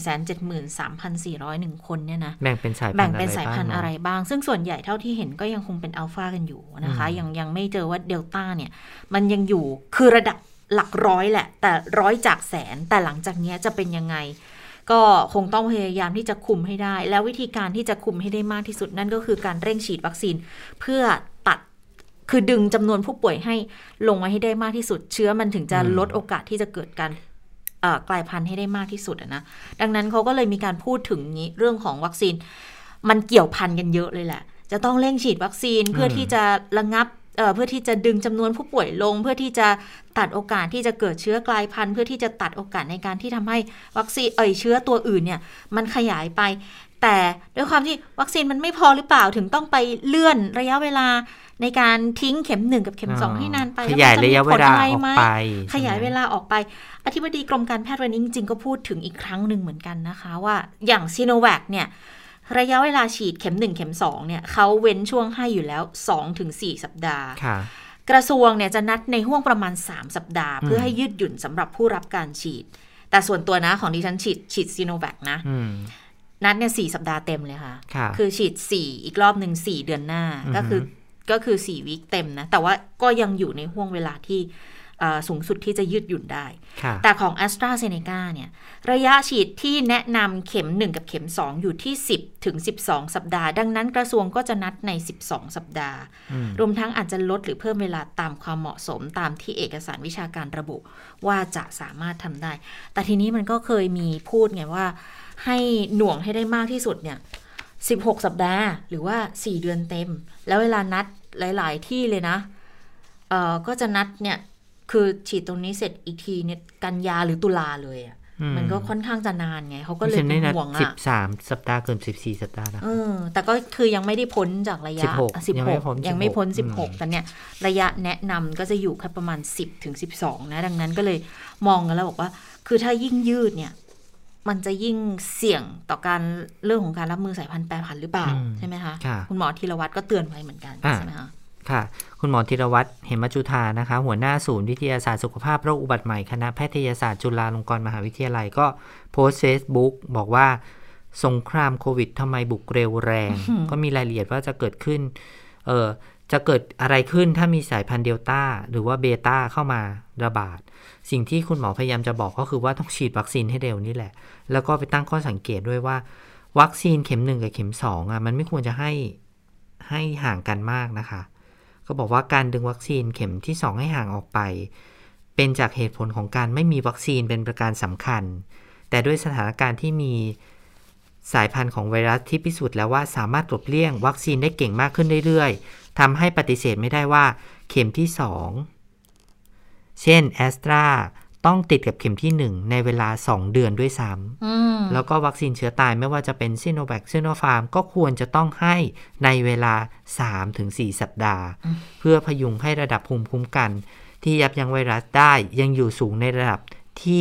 173,401 คนเนี่ยนะแบ่งเป็นสายพันธุ์อะไรบ้างซึ่งส่วนใหญ่เท่าที่เห็นก็ยังคงเป็นอัลฟากันอยู่นะคะยังไม่เจอว่าเดลต้าเนี่ยมันยังอยู่คือระดับหลักร้อยแหละแต่ร้อยจากแสนแต่หลังจากนี้จะเป็นยังไงก็คงต้องพยายามที่จะคุมให้ได้แล้ววิธีการที่จะคุมให้ได้มากที่สุดนั่นก็คือการเร่งฉีดวัคซีนเพื่อตัดคือดึงจำนวนผู้ป่วยให้ลงมาให้ได้มากที่สุดเชื้อมันถึงจะลดโอกาสที่จะเกิดการกลายพันธุ์ให้ได้มากที่สุดนะดังนั้นเขาก็เลยมีการพูดถึงนี้เรื่องของวัคซีนมันเกี่ยวพันกันเยอะเลยแหละจะต้องเร่งฉีดวัคซีนเพื่อที่จะระงับเพื่อที่จะดึงจำนวนผู้ป่วยลงเพื่อที่จะตัดโอกาสที่จะเกิดเชื้อกลายพันธุ์เพื่อที่จะตัดโอกาสในการที่ทำให้วัคซีนเชื้อตัวอื่นเนี่ยมันขยายไปแต่ด้วยความที่วัคซีนมันไม่พอหรือเปล่าถึงต้องไปเลื่อนระยะเวลาในการทิ้งเข็ม1กับเข็ม2ให้นานไปขยายระยะเวลาออกไปขยายเวลาออกไปอธิบดีกรมการแพทย์วันนี้จริงๆก็พูดถึงอีกครั้งหนึ่งเหมือนกันนะคะว่าอย่างซิโนแวคเนี่ยระยะเวลาฉีดเข็ม1เข็ม2เนี่ยเขาเว้นช่วงให้อยู่แล้ว 2-4 สัปดาห์กระทรวงเนี่ยจะนัดในห่วงประมาณ3สัปดาห์เพื่อให้ยืดหยุ่นสำหรับผู้รับการฉีดแต่ส่วนตัวนะของดิฉันฉีดซิโนแวคนะนัดเนี่ย4สัปดาห์เต็มเลยค่ะคือฉีด4อีกรอบนึง4เดือนหน้าก็คือ4วีคเต็มนะแต่ว่าก็ยังอยู่ในห่วงเวลาที่สูงสุดที่จะยืดหยุ่นได้แต่ของ AstraZeneca เนี่ยระยะฉีดที่แนะนำเข็ม1กับเข็ม2อยู่ที่10ถึง12สัปดาห์ดังนั้นกระทรวงก็จะนัดใน12สัปดาห์รวมทั้งอาจจะลดหรือเพิ่มเวลาตามความเหมาะสมตามที่เอกสารวิชาการระบุว่าจะสามารถทำได้แต่ทีนี้มันก็เคยมีพูดไงว่าให้หน่วงให้ได้มากที่สุดเนี่ย16สัปดาห์หรือว่า4เดือนเต็มแล้วเวลานัดหลายๆที่เลยนะก็จะนัดเนี่ยคือฉีดตรงนี้เสร็จอีกทีเนี่ยกันยาหรือตุลาเลยอ่ะมันก็ค่อนข้างจะนานไงเขาก็เลยเป็นห่วงอ่ะ 13สัปดาห์เกิน14สัปดาห์นะแต่ก็คือยังไม่ได้พ้นจากระยะ16ยังไม่พ้น16แต่เนี่ยระยะแนะนำก็จะอยู่แค่ประมาณ10ถึง12นะดังนั้นก็เลยมองกันแล้วบอกว่าคือถ้ายิ่งยืดเนี่ยมันจะยิ่งเสี่ยงต่อการเรื่องของการรับมือสายพันธุ์แปรผันหรือเปล่าใช่ไหมคะคุณหมอธีรวัฒน์ก็เตือนไว้เหมือนกันใช่ไหมคะค่ะคุณหมอธีรวัฒน์เหมจุฑานะคะหัวหน้าศูนย์วิทยาศาสตร์สุขภาพโรคอุบัติใหม่คณะแพทยศาสตร์จุฬาลงกรณ์มหาวิทยาลัยก็โพสต์ Facebook บอกว่าสงครามโควิดทำไมบุกเร็วแรง ก็มีรายละเอียดว่าจะเกิดขึ้นจะเกิดอะไรขึ้นถ้ามีสายพันธุ์เดลต้าหรือว่าเบต้าเข้ามาระบาดสิ่งที่คุณหมอพยายามจะบอกก็คือว่าต้องฉีดวัคซีนให้เร็วนี่แหละแล้วก็ไปตั้งข้อสังเกตด้วยว่าวัคซีนเข็ม1กับเข็ม2มันไม่ควรจะให้ห่างกันมากนะคะก็บอกว่าการดึงวัคซีนเข็มที่2ให้ห่างออกไปเป็นจากเหตุผลของการไม่มีวัคซีนเป็นประการสำคัญแต่ด้วยสถานการณ์ที่มีสายพันธุ์ของไวรัสที่พิสูจน์แล้วว่าสามารถหลบเลี่ยงวัคซีนได้เก่งมากขึ้นเรื่อยๆทำให้ปฏิเสธไม่ได้ว่าเข็มที่2เช่นแอสตราต้องติดกับเข็มที่1ในเวลา2เดือนด้วยซ้ำแล้วก็วัคซีนเชื้อตายไม่ว่าจะเป็นซิโนแวคซิโนฟาร์มก็ควรจะต้องให้ในเวลา 3-4 สัปดาห์เพื่อพยุงให้ระดับภูมิคุ้มกันที่ยับยั้งไวรัสได้ยังอยู่สูงในระดับที่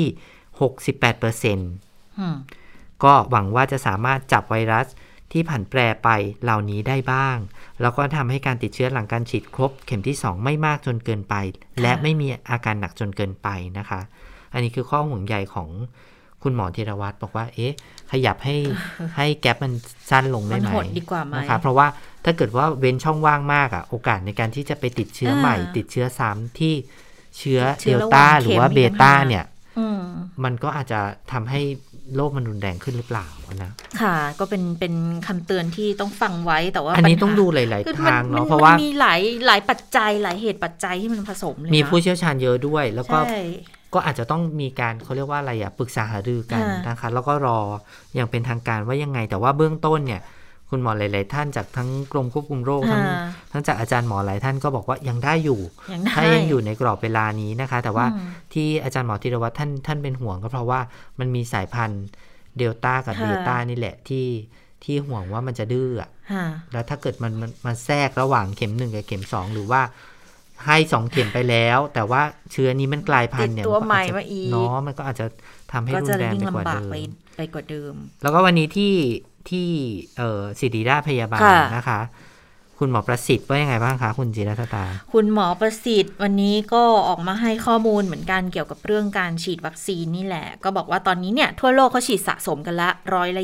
68%ก็หวังว่าจะสามารถจับไวรัสที่ผันแปรไปเหล่านี้ได้บ้างแล้วก็ทำให้การติดเชื้อหลังการฉีดครบเข็มที่2ไม่มากจนเกินไปและไม่มีอาการหนักจนเกินไปนะคะอันนี้คือข้อห่วงใยของคุณหมอธีรวัตรบอกว่าขยับให้แก๊ปมันสั้นลงได้ไหมมันหดดีกว่าไหมนะคะเพราะว่าถ้าเกิดว่าเว้นช่องว่างมากโอกาสในการที่จะไปติดเชื้อใหม่ติดเชื้อซ้ำที่เชื้อเดลต้าหรือว่าเบต้าเนี่ยมันก็อาจจะทำให้โรคมันรุนแรงขึ้นหรือเปล่านะค่ะก็เป็นคำเตือนที่ต้องฟังไว้แต่ว่าอันนี้ต้องดูหลายๆทางเนาะเพราะว่ามีหลายปัจจัยหลายเหตุปัจจัยที่มันผสมเลยมีผู้เชี่ยวชาญเยอะด้วยแล้วก็อาจจะต้องมีการเขาเรียกว่าอะไรปรึกษาหารือกันนะคะแล้วก็รออย่างเป็นทางการว่ายังไงแต่ว่าเบื้องต้นเนี่ยคุณหมอหลายๆท่านจากทั้งกรมควบคุมโรคทั้งจากอาจารย์หมอหลายท่านก็บอกว่ายังได้อยู่ถ้ายังอยู่ในกรอบเวลานี้นะคะแต่ว่าที่อาจารย์หมอธีรวัตรท่านเป็นห่วงก็เพราะว่ามันมีสายพันธุ์เดลต้ากับเบต้านี่แหละที่ห่วงว่ามันจะดื้อแล้วถ้าเกิดมันแทรกระหว่างเข็ม1กับเข็ม2หรือว่าให้2เข็มไปแล้วแต่ว่าเชื้อนี้มันกลายพันธุ์เนี่ยตัวใหม่มาอีกมันก็อาจจะทำให้รุนแรงไปกว่าเดิมแล้วก็วันนี้ที่ศิริราชพยาบาลนะคะคุณหมอประสิทธิ์ว่ายังไงบ้างคะคุณจิรัตตาคุณหมอประสิทธิ์วันนี้ก็ออกมาให้ข้อมูลเหมือนกันเกี่ยวกับเรื่องการฉีดวัคซีนนี่แหละก็บอกว่าตอนนี้เนี่ยทั่วโลกเขาฉีดสะสมกันละ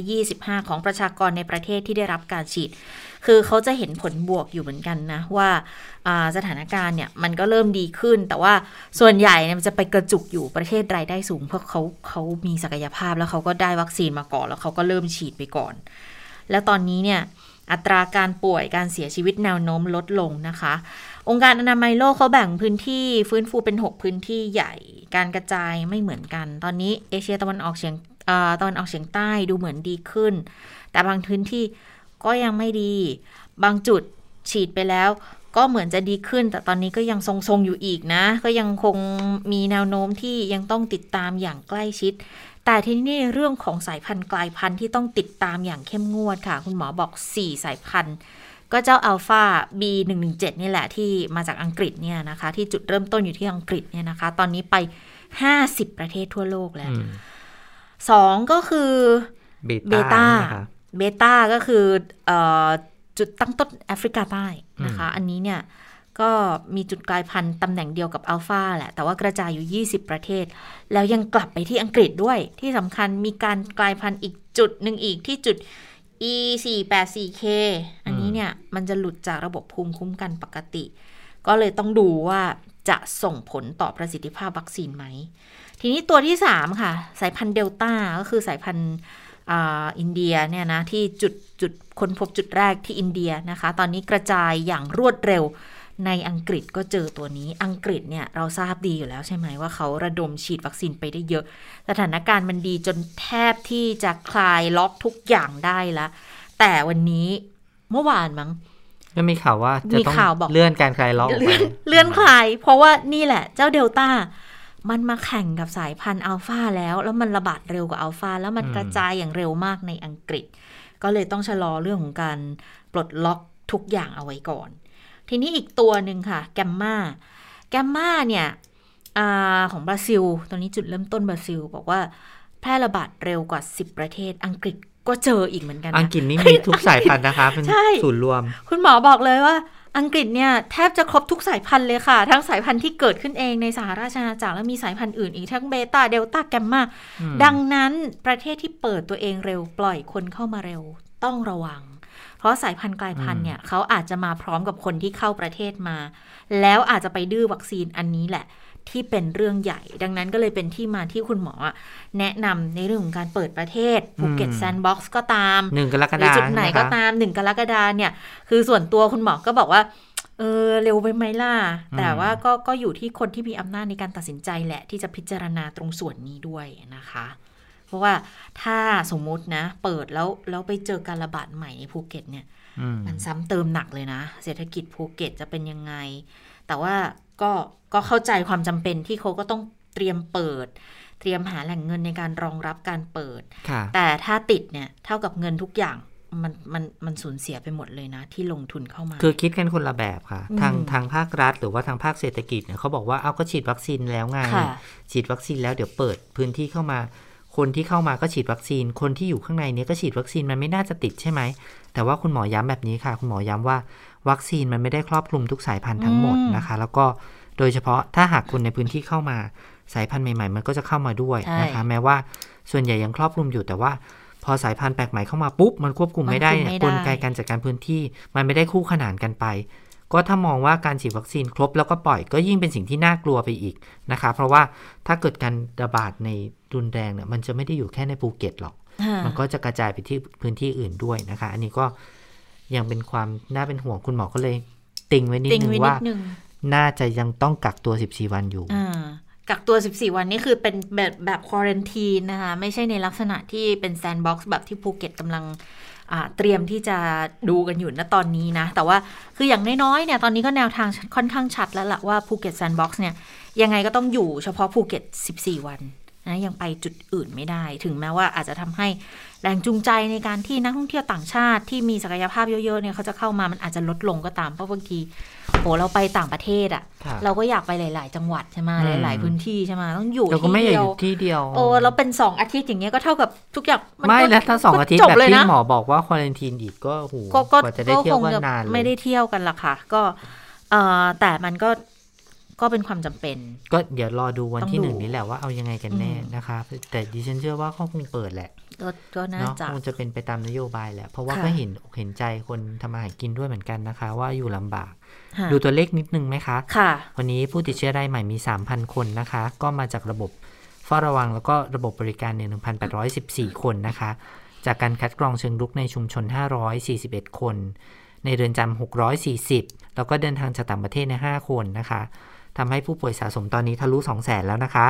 125%ของประชากรในประเทศที่ได้รับการฉีดคือเขาจะเห็นผลบวกอยู่เหมือนกันนะว่าสถานการณ์เนี่ยมันก็เริ่มดีขึ้นแต่ว่าส่วนใหญ่เนี่ยมันจะไปกระจุกอยู่ประเทศรายได้สูงเพราะเขามีศักยภาพแล้วเขาก็ได้วัคซีนมาก่อนแล้วเขาก็เริ่มฉีดไปก่อนแล้วตอนนี้เนี่ยอัตราการป่วยการเสียชีวิตแนวโน้มลดลงนะคะองค์การอนามัยโลกเขาแบ่งพื้นที่ฟื้นฟูเป็น6พื้นที่ใหญ่การกระจายไม่เหมือนกันตอนนี้เอเชียตะวันออกเฉียงใต้ดูเหมือนดีขึ้นแต่บางพื้นที่ก็ยังไม่ดีบางจุดฉีดไปแล้วก็เหมือนจะดีขึ้นแต่ตอนนี้ก็ยังทรงๆอยู่อีกนะก็ยังคงมีแนวโน้มที่ยังต้องติดตามอย่างใกล้ชิดแต่ทีนี้เรื่องของสายพันธุ์กลายพันธุ์ที่ต้องติดตามอย่างเข้มงวดค่ะคุณหมอบอก4สายพันธุ์ก็เจ้าอัลฟา B117 นี่แหละที่มาจากอังกฤษเนี่ยนะคะที่จุดเริ่มต้นอยู่ที่อังกฤษเนี่ยนะคะตอนนี้ไป50ประเทศทั่วโลกแล้ว2ก็คือเบต้าก็คือจุดตั้งต้นแอฟริกาใต้นะคะอันนี้เนี่ยก็มีจุดกลายพันธุ์ตำแหน่งเดียวกับอัลฟาแหละแต่ว่ากระจายอยู่20ประเทศแล้วยังกลับไปที่อังกฤษด้วยที่สำคัญมีการกลายพันธุ์อีกจุดหนึ่งอีกที่จุด E484K อันนี้เนี่ยมันจะหลุดจากระบบภูมิคุ้มกันปกติก็เลยต้องดูว่าจะส่งผลต่อประสิทธิภาพวัคซีนไหมทีนี้ตัวที่3ค่ะสายพันธุ์เดลต้าก็คือสายพันธุ์อินเดียเนี่ยนะที่จุดค้นพบจุดแรกที่อินเดียนะคะตอนนี้กระจายอย่างรวดเร็วในอังกฤษก็เจอตัวนี้อังกฤษเนี่ยเราทราบดีอยู่แล้วใช่ไหมว่าเขาระดมฉีดวัคซีนไปได้เยอะสถานการณ์มันดีจนแทบที่จะคลายล็อกทุกอย่างได้แล้วแต่วันนี้เมื่อวานมั้งก็มีข่าวว่าจะต้องเลื่อนการคลายล็อกไปเลื่อนคลายเพราะว่านี่แหละเจ้าเดลต้ามันมาแข่งกับสายพันธุ์อัลฟาแล้วมันระบาดเร็วกว่าอัลฟาแล้วมันกระจายอย่างเร็วมากในอังกฤษก็เลยต้องชะลอเรื่องของการปลดล็อกทุกอย่างเอาไว้ก่อนทีนี้อีกตัวหนึ่งค่ะแกมมาเนี่ยของบราซิลตอนนี้จุดเริ่มต้นบราซิลบอกว่าแพร่ระบาดเร็วกว่า10ประเทศอังกฤษก็เจออีกเหมือนกันอังกฤษนี่มีทุกสายพันธุ์นะคะเป็นศูนย์รวมคุณหมอบอกเลยว่าอังกฤษเนี่ยแทบจะครบทุกสายพันธุ์เลยค่ะทั้งสายพันธุ์ที่เกิดขึ้นเองในสหราชอาณาจักรแล้วมีสายพันธุ์อื่นอีกทั้งเบต้าเดลต้าแกมมาดังนั้นประเทศที่เปิดตัวเองเร็วปล่อยคนเข้ามาเร็วต้องระวังเพราะสายพันธุ์กลายพันธุ์เนี่ยเขาอาจจะมาพร้อมกับคนที่เข้าประเทศมาแล้วอาจจะไปดื้อวัคซีนอันนี้แหละที่เป็นเรื่องใหญ่ดังนั้นก็เลยเป็นที่มาที่คุณหมอแนะนำในเรื่องของการเปิดประเทศภูเก็ตแซนด์บ็อกซ์ก็ตาม 1 กรกฎาคมจุดไหนก็ตาม1 กรกฎาคมเนี่ยคือส่วนตัวคุณหมอก็บอกว่าเร็วไปไหมล่ะแต่ว่าก็อยู่ที่คนที่มีอำนาจในการตัดสินใจแหละที่จะพิจารณาตรงส่วนนี้ด้วยนะคะเพราะว่าถ้าสมมุตินะเปิดแล้วไปเจอการระบาดใหม่ในภูเก็ตเนี่ยมันซ้ำเติมหนักเลยนะเศรษฐกิจภูเก็ตจะเป็นยังไงแต่ว่าก็เข้าใจความจำเป็นที่เขาก็ต้องเตรียมเปิดเตรียมหาแหล่งเงินในการรองรับการเปิดแต่ถ้าติดเนี่ยเท่ากับเงินทุกอย่างมันสูญเสียไปหมดเลยนะที่ลงทุนเข้ามาคือคิดกันคนละแบบค่ะทางภาครัฐหรือว่าทางภาคเศรษฐกิจเนี่ยเขาบอกว่าเอาก็ฉีดวัคซีนแล้วไงฉีดวัคซีนแล้วเดี๋ยวเปิดพื้นที่เข้ามาคนที่เข้ามาก็ฉีดวัคซีนคนที่อยู่ข้างในนี้ก็ฉีดวัคซีนมันไม่น่าจะติดใช่ไหมแต่ว่าคุณหมอย้ำแบบนี้ค่ะคุณหมอย้ำว่าวัคซีนมันไม่ได้ครอบคลุมทุกสายพันธุ์ทั้งหมดนะคะแล้วก็โดยเฉพาะถ้าหากคนในพื้นที่เข้ามาสายพันธุ์ใหม่ๆมันก็จะเข้ามาด้วยนะคะแม้ว่าส่วนใหญ่ยังครอบคลุมอยู่แต่ว่าพอสายพันธุ์แปลกใหม่เข้ามาปุ๊บมันควบคุมไม่ได้กลไกการจัดการพื้นที่มันไม่ได้คู่ขนานกันไปก็ถ้ามองว่าการฉีดวัคซีนครบแล้วก็ปล่อยก็ยิ่งเป็นสิ่งที่น่ากลัวไปอีกนะคะเพราะว่าถ้าเกิดการระบาดในรุนแรงเนี่ยมันจะไม่ได้อยู่แค่ในภูเก็ตหรอกมันก็จะกระจายไปที่พื้นที่อื่นด้วยนะคะอันนี้ก็ยังเป็นความน่าเป็นห่วงคุณหมอก็เลยติงไว้นิดนึงว่าน่าจะยังต้องกักตัว14วันอยู่กักตัว14วันนี่คือเป็นแบบควอรันทีนนะคะไม่ใช่ในลักษณะที่เป็นแซนด์บ็อกซ์แบบที่ภูเก็ตกำลังเตรียมที่จะดูกันอยู่ณตอนนี้นะแต่ว่าคืออย่างน้อยๆเนี่ยตอนนี้ก็แนวทางค่อนข้างชัดแล้วล่ะว่าภูเก็ตแซนด์บ็อกซ์เนี่ยยังไงก็ต้องอยู่เฉพาะภูเก็ต14วันนะยังไปจุดอื่นไม่ได้ถึงแม้ว่าอาจจะทำให้แรงจูงใจในการที่นักท่องเที่ยวต่างชาติที่มีศักยภาพเยอะๆเนี่ยเขาจะเข้ามามันอาจจะลดลงก็ตามเพราะบางทีเราไปต่างประเทศอ่ะเราก็อยากไปหลายๆจังหวัดใช่ไหมหลายๆพื้นที่ใช่ไหมต้องอยู่ที่เดียวเราเป็น2อาทิตย์อย่างเงี้ยก็เท่ากับทุกอย่างไม่แล้วถ้า2อาทิตย์แบบที่หมอบอกว่าควอรันทีนอีกก็โหกว่าจะได้เที่ยวกันนานเลยไม่ได้เที่ยวกันละค่ะก็แต่มันก็เป็นความจำเป็นก็เดี๋ยวรอดูวันที่1นี้แหละว่าเอายังไงกันแน่นะคะแต่ดิฉันเชื่อว่าเขาคงเปิดแหละก็น่าจะคงจะเป็นไปตามนโยบายแหละเพราะว่าก็เห็นใจคนทำมาหากินด้วยเหมือนกันนะคะว่าอยู่ลำบากดูตัวเลขนิดนึงไหมคะวันนี้ผู้ติดเชื้อรายใหม่มี 3,000 คนนะคะก็มาจากระบบเฝ้าระวังแล้วก็ระบบบริการเนี่ย 1,814 คนนะคะจากการคัดกรองเชิงรุกในชุมชน541คนในเรือนจำ640แล้วก็เดินทางจากต่างประเทศใน5คนนะคะทำให้ผู้ป่วยสะสมตอนนี้ทะลุ 200,000 แล้วนะคะ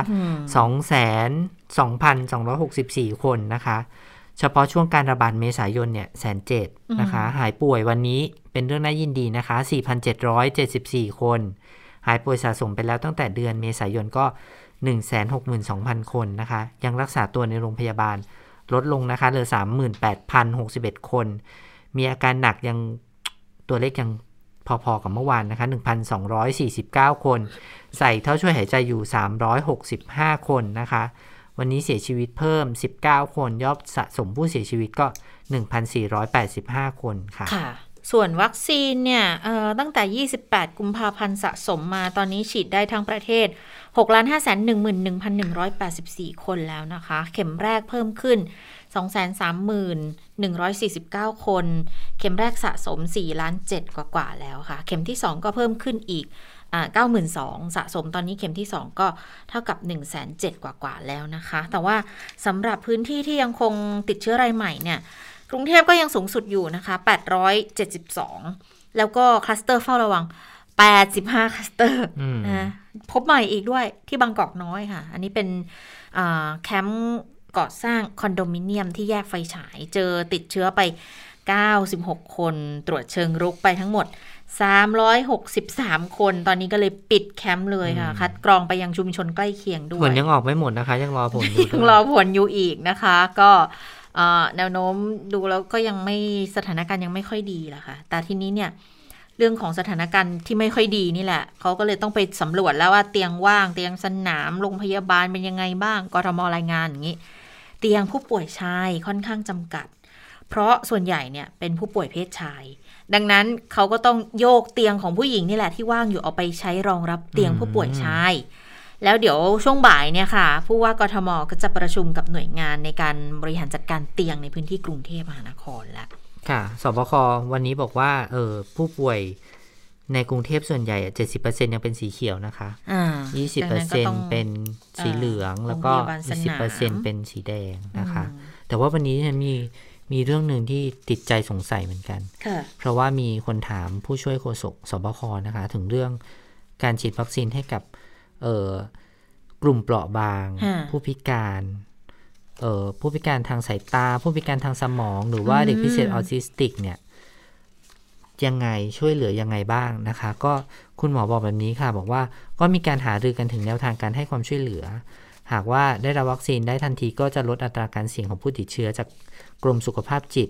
202,264 คนนะคะเฉพาะช่วงการระบาดเมษายนเนี่ย 107,000 นะคะหายป่วยวันนี้เป็นเรื่องน่ายินดีนะคะ 4,774 คนหายป่วยสะสมไปแล้วตั้งแต่เดือนเมษายนก็ 162,000 คนนะคะยังรักษาตัวในโรงพยาบาลลดลงนะคะเหลือ 38,061 คนมีอาการหนักยังตัวเลขยังพอๆกับเมื่อวานนะคะ 1,249 คนใส่ท่อช่วยหายใจอยู่365คนนะคะวันนี้เสียชีวิตเพิ่ม19คนยอดสะสมผู้เสียชีวิตก็ 1,485 คนค่ะส่วนวัคซีนเนี่ยตั้งแต่28กุมภาพันธ์สะสมมาตอนนี้ฉีดได้ทั้งประเทศ 6,511,184 คนแล้วนะคะเข็มแรกเพิ่มขึ้น 230,149 คนเข็มแรกสะสม 4,700,000 กว่าแล้วค่ะเข็มที่2ก็เพิ่มขึ้นอีก92,000 สะสมตอนนี้เข็มที่2ก็เท่ากับ 107,000 กว่าแล้วนะคะแต่ว่าสำหรับพื้นที่ที่ยังคงติดเชื้อรายใหม่เนี่ยกรุงเทพก็ยังสูงสุดอยู่นะคะ872แล้วก็คลัสเตอร์เฝ้าระวัง85คลัสเตอร์นะพบใหม่อีกด้วยที่บางกอกน้อยค่ะอันนี้เป็นแคมป์ก่อสร้างคอนโดมิเนียมที่แยกไฟฉายเจอติดเชื้อไป96คนตรวจเชิงรุกไปทั้งหมด363คนตอนนี้ก็เลยปิดแคมป์เลยค่ะคัดกรองไปยังชุมชนใกล้เคียงด้วยผลยังออกไม่หมดนะคะยังรอผลอยู่ยังรอผลอยู่อีกนะคะก็แนวโน้มดูแล้วก็ยังไม่สถานการณ์ยังไม่ค่อยดีล่ะค่ะแต่ทีนี้เนี่ยเรื่องของสถานการณ์ที่ไม่ค่อยดีนี่แหละเขาก็เลยต้องไปสำรวจแล้วว่าเตียงว่างเตียงสนามโรงพยาบาลเป็นยังไงบ้างกทมรายงานอย่างนี้เตียงผู้ป่วยชายค่อนข้างจำกัดเพราะส่วนใหญ่เนี่ยเป็นผู้ป่วยเพศชายดังนั้นเขาก็ต้องโยกเตียงของผู้หญิงนี่แหละที่ว่างอยู่เอาไปใช้รองรับเตียงผู้ป่วยชายแล้วเดี๋ยวช่วงบ่ายเนี่ยค่ะผู้ว่ากทมก็จะประชุมกับหน่วยงานในการบริหารจัดการเตียงในพื้นที่กรุงเทพมหานครแล้วค่ะสบควันนี้บอกว่าผู้ป่วยในกรุงเทพส่วนใหญ่ 70% ยังเป็นสีเขียวนะคะ 20% เป็นสีเหลืองแล้วก็ 10% เป็นสีแดงนะคะแต่ว่าวันนี้มีเรื่องนึงที่ติดใจสงสัยเหมือนกันเพราะว่ามีคนถามผู้ช่วยโฆษกสบคนะคะถึงเรื่องการฉีดวัคซีนให้กับกลุ่มเปราะบางผู้พิการผู้พิการทางสายตาผู้พิการทางสมองหรือว่าเด็กพิเศษออทิสติกเนี่ยยังไงช่วยเหลือยังไงบ้างนะคะก็คุณหมอบอกแบบนี้ค่ะบอกว่าก็มีการหารือกันถึงแนวทางการให้ความช่วยเหลือหากว่าได้รับวัคซีนได้ทันทีก็จะลดอัตราการเสี่ยงของผู้ติดเชื้อจากกรมสุขภาพจิต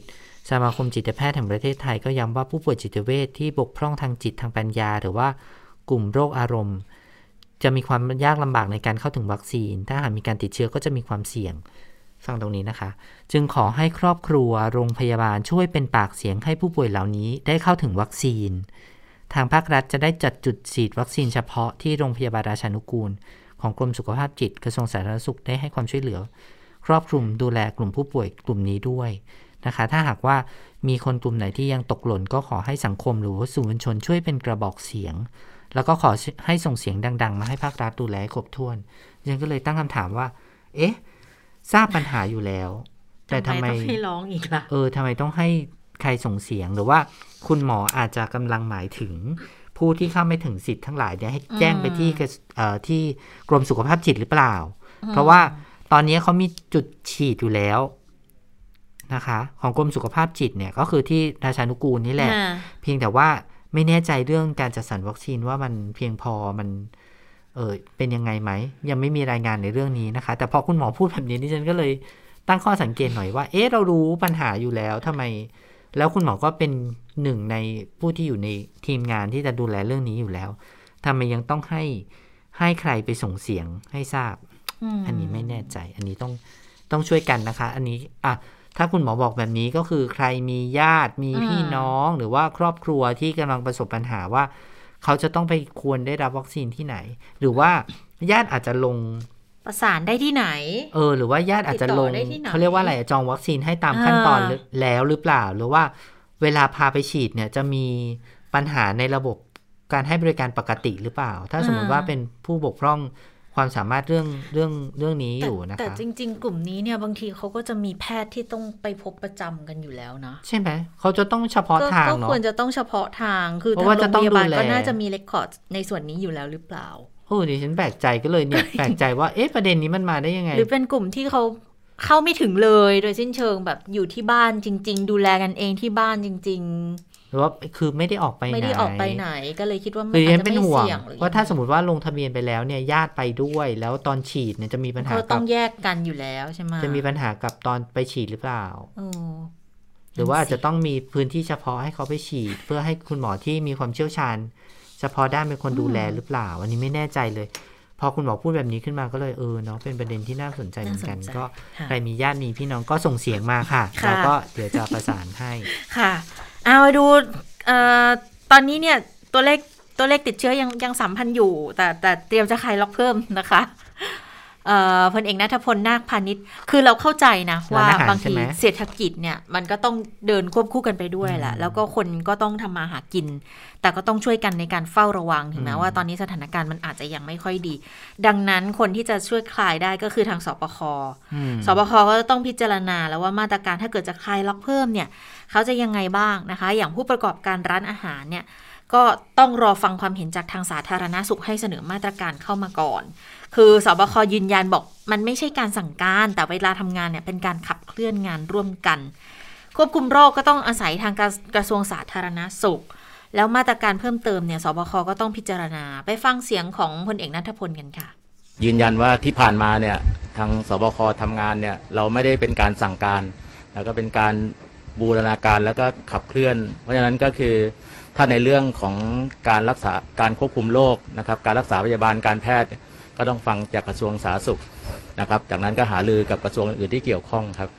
สมาคมจิตแพทย์แห่งประเทศไทยก็ย้ำว่าผู้ป่วยจิตเวชที่บกพร่องทางจิตทางปัญญาหรือว่ากลุ่มโรคอารมณ์จะมีความยากลำบากในการเข้าถึงวัคซีนถ้าหากมีการติดเชื้อก็จะมีความเสี่ยงฟังตรงนี้นะคะจึงขอให้ครอบครัวโรงพยาบาลช่วยเป็นปากเสียงให้ผู้ป่วยเหล่านี้ได้เข้าถึงวัคซีนทางภาครัฐจะได้จัดจุดฉีดวัคซีนเฉพาะที่โรงพยาบาลราชานุกูลของกรมสุขภาพจิตกระทรวงสาธารณสุขได้ให้ความช่วยเหลือครอบคลุมดูแลกลุ่มผู้ป่วยกลุ่มนี้ด้วยนะคะถ้าหากว่ามีคนกลุ่มไหนที่ยังตกหล่นก็ขอให้สังคมหรือว่าสื่อมวลชนช่วยเป็นกระบอกเสียงแล้วก็ขอให้ส่งเสียงดังๆมาให้ภาครัฐดูแลครบถ้วนฉันก็เลยตั้งคำถามว่าเอ๊ะทราบปัญหาอยู่แล้วแต่ทำไมต้องให้ร้องอีกล่ะทำไมต้องให้ใครส่งเสียงหรือว่าคุณหมออาจจะกำลังหมายถึงผู้ที่เข้าไม่ถึงสิทธิ์ทั้งหลายเนี่ยให้แจ้งไปที่กรมสุขภาพจิตหรือเปล่าเพราะว่าตอนนี้เขามีจุดฉีดอยู่แล้วนะคะของกรมสุขภาพจิตเนี่ยก็คือที่ราชานุกูลนี่แหละเพียงแต่ว่าไม่แน่ใจเรื่องการจัดสรรวัคซีนว่ามันเพียงพอมันเป็นยังไงไหมยังไม่มีรายงานในเรื่องนี้นะคะแต่พอคุณหมอพูดแบบนี้ดิฉันก็เลยตั้งข้อสังเกตหน่อยว่าเรารู้ปัญหาอยู่แล้วทำไมแล้วคุณหมอก็เป็นหนึ่งในผู้ที่อยู่ในทีมงานที่จะดูแลเรื่องนี้อยู่แล้วทำไมยังต้องให้ใครไปส่งเสียงให้ทราบอันนี้ไม่แน่ใจอันนี้ต้องช่วยกันนะคะอันนี้ถ้าคุณหมอบอกแบบนี้ก็คือใครมีญาติมีพี่น้องหรือว่าครอบครัวที่กำลังประสบปัญหาว่าเขาจะต้องไปควรได้รับวัคซีนที่ไหนหรือว่าญาติอาจจะลงประสานได้ที่ไหนหรือว่าญาติอาจจะลงเขาเรียกว่าอะไรจองวัคซีนให้ตามขั้นตอนแล้วหรือเปล่าหรือว่าเวลาพาไปฉีดเนี่ยจะมีปัญหาในระบบการให้บริการปกติหรือเปล่าถ้าสมมติว่าเป็นผู้บกพร่องความสามารถเรื่องนี้อยู่นะคะแต่จริงๆกลุ่มนี้เนี่ยบางทีเขาก็จะมีแพทย์ที่ต้องไปพบประจำกันอยู่แล้วนะใช่ไหมเขาจะต้องเฉพาะทางเนาะก็ควรจะต้องเฉพาะทางคือทางโรงพยาบาลก็น่าจะมีเรคคอร์ดในส่วนนี้อยู่แล้วหรือเปล่าดิฉันแปลกใจก็เลยเนี่ย แปลกใจว่าประเด็นนี้มันมาได้ยังไงหรือเป็นกลุ่มที่เขาเข้าไม่ถึงเลยโดยสิ้นเชิงแบบอยู่ที่บ้านจริงๆดูแลกันเองที่บ้านจริงหรือว่าคือไม่ได้ออกไปไหนก็เลยคิดว่ามันอาจจะไม่เสี่ยงว่าถ้าสมมติว่าลงทะเบียนไปแล้วเนี่ยญาติไปด้วยแล้วตอนฉีดเนี่ยจะมีปัญหากับต้องแยกกันอยู่แล้วใช่ไหมจะมีปัญหากับตอนไปฉีดหรือเปล่าหรือว่าอาจจะต้องมีพื้นที่เฉพาะให้เขาไปฉีดเพื่อให้คุณหมอที่มีความเชี่ยวชาญเฉพาะด้านเป็นคนดูแลหรือเปล่าอันนี้ไม่แน่ใจเลยพอคุณหมอพูดแบบนี้ขึ้นมาก็เลยเนาะเป็นประเด็นที่น่าสนใจเหมือนกันก็ใครมีญาติมีพี่น้องก็ส่งเสียงมาค่ะแล้วก็เดี๋ยวจะประสานให้ค่ะเอามาดูตอนนี้เนี่ยตัวเลขติดเชื้อยัง 3,000 อยู่แต่เตรียมจะคลายล็อกเพิ่มนะคะพลเอกณัฐพลนาคพาณิชย์คือเราเข้าใจนะว่าบางทีเศรษฐกิจเนี่ยมันก็ต้องเดินควบคู่กันไปด้วยแหละแล้วก็คนก็ต้องทำมาหากินแต่ก็ต้องช่วยกันในการเฝ้าระวังถึงแม้ว่าตอนนี้สถานการณ์มันอาจจะยังไม่ค่อยดีดังนั้นคนที่จะช่วยคลายได้ก็คือทางสปค.ก็ต้องพิจารณาแล้วว่ามาตรการถ้าเกิดจะคลายล็อกเพิ่มเนี่ยเขาจะยังไงบ้างนะคะอย่างผู้ประกอบการร้านอาหารเนี่ยก็ต้องรอฟังความเห็นจากทางสาธารณสุขให้เสนอมาตรการเข้ามาก่อนคือสบค.ยืนยันบอกมันไม่ใช่การสั่งการแต่เวลาทำงานเนี่ยเป็นการขับเคลื่อนงานร่วมกันควบคุมโรคก็ต้องอาศัยทางกระทรวงสาธารณสุขแล้วมาตรการเพิ่มเติมเนี่ยสบค.ก็ต้องพิจารณาไปฟังเสียงของพลเอกณัฐพลกันค่ะยืนยันว่าที่ผ่านมาเนี่ยทางสบค.ทำงานเนี่ยเราไม่ได้เป็นการสั่งการแล้วก็เป็นการบูรณาการแล้วก็ขับเคลื่อนเพราะฉะนั้นก็คือถ้าในเรื่องของการรักษาการควบคุมโรคนะครับการรักษาพยาบาลการแพทย์ก็ต้องฟังจากกระทรวงสาธารณสุขนะครับจากนั้นก็หารือกับกระทรวงอื่นที่เกี่ยวข้องครับ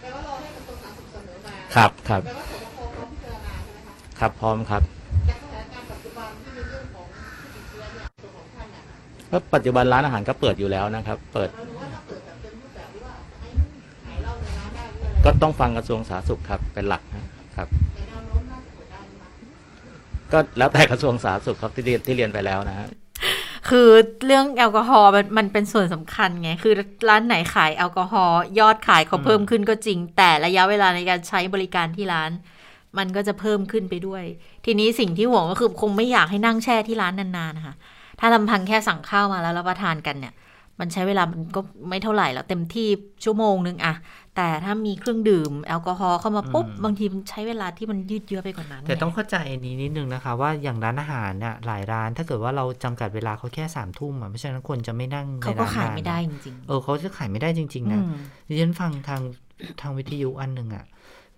ครับพร้อมครับก็ปัจจุบันร้านอาหารก็เปิดอยู่แล้วนะครับเปิดก็ต้องฟังกระทรวงสาธารณสุขครับเป็นหลักครับก็แล้วแต่กระทรวงสาธารณสุขครับที่เรียนไปแล้วนะฮะคือเรื่องแอลกอฮอล์มันเป็นส่วนสำคัญไงคือร้านไหนขายแอลกอฮอล์ยอดขายเขาเพิ่มขึ้นก็จริงแต่ระยะเวลาในการใช้บริการที่ร้านมันก็จะเพิ่มขึ้นไปด้วยทีนี้สิ่งที่ห่วงก็คือคงไม่อยากให้นั่งแช่ที่ร้านนานๆนะคะถ้าลำพังแค่สั่งข้าวมาแล้วรับประทานกันเนี่ยมันใช้เวลามันก็ไม่เท่าไหร่แล้วเต็มที่ชั่วโมงนึงอะแต่ถ้ามีเครื่องดื่มแอลกอฮอล์เข้ามาปุ๊บบางทีมันใช้เวลาที่มันยืดเยื้อไปกว่านั้นแต่ต้องเข้าใจอันนี้นิดนึงนะคะว่าอย่างร้านอาหารเนี่ยหลายร้านถ้าเกิดว่าเราจำกัดเวลาเขาแค่3 ทุ่มเพราะฉะนั้นคนจะไม่นั่งในร้านเขาก็ขายไม่ได้จริงๆเขาจะขายไม่ได้จริงๆนะดิฉันฟังทางวิทยุอันนึงจ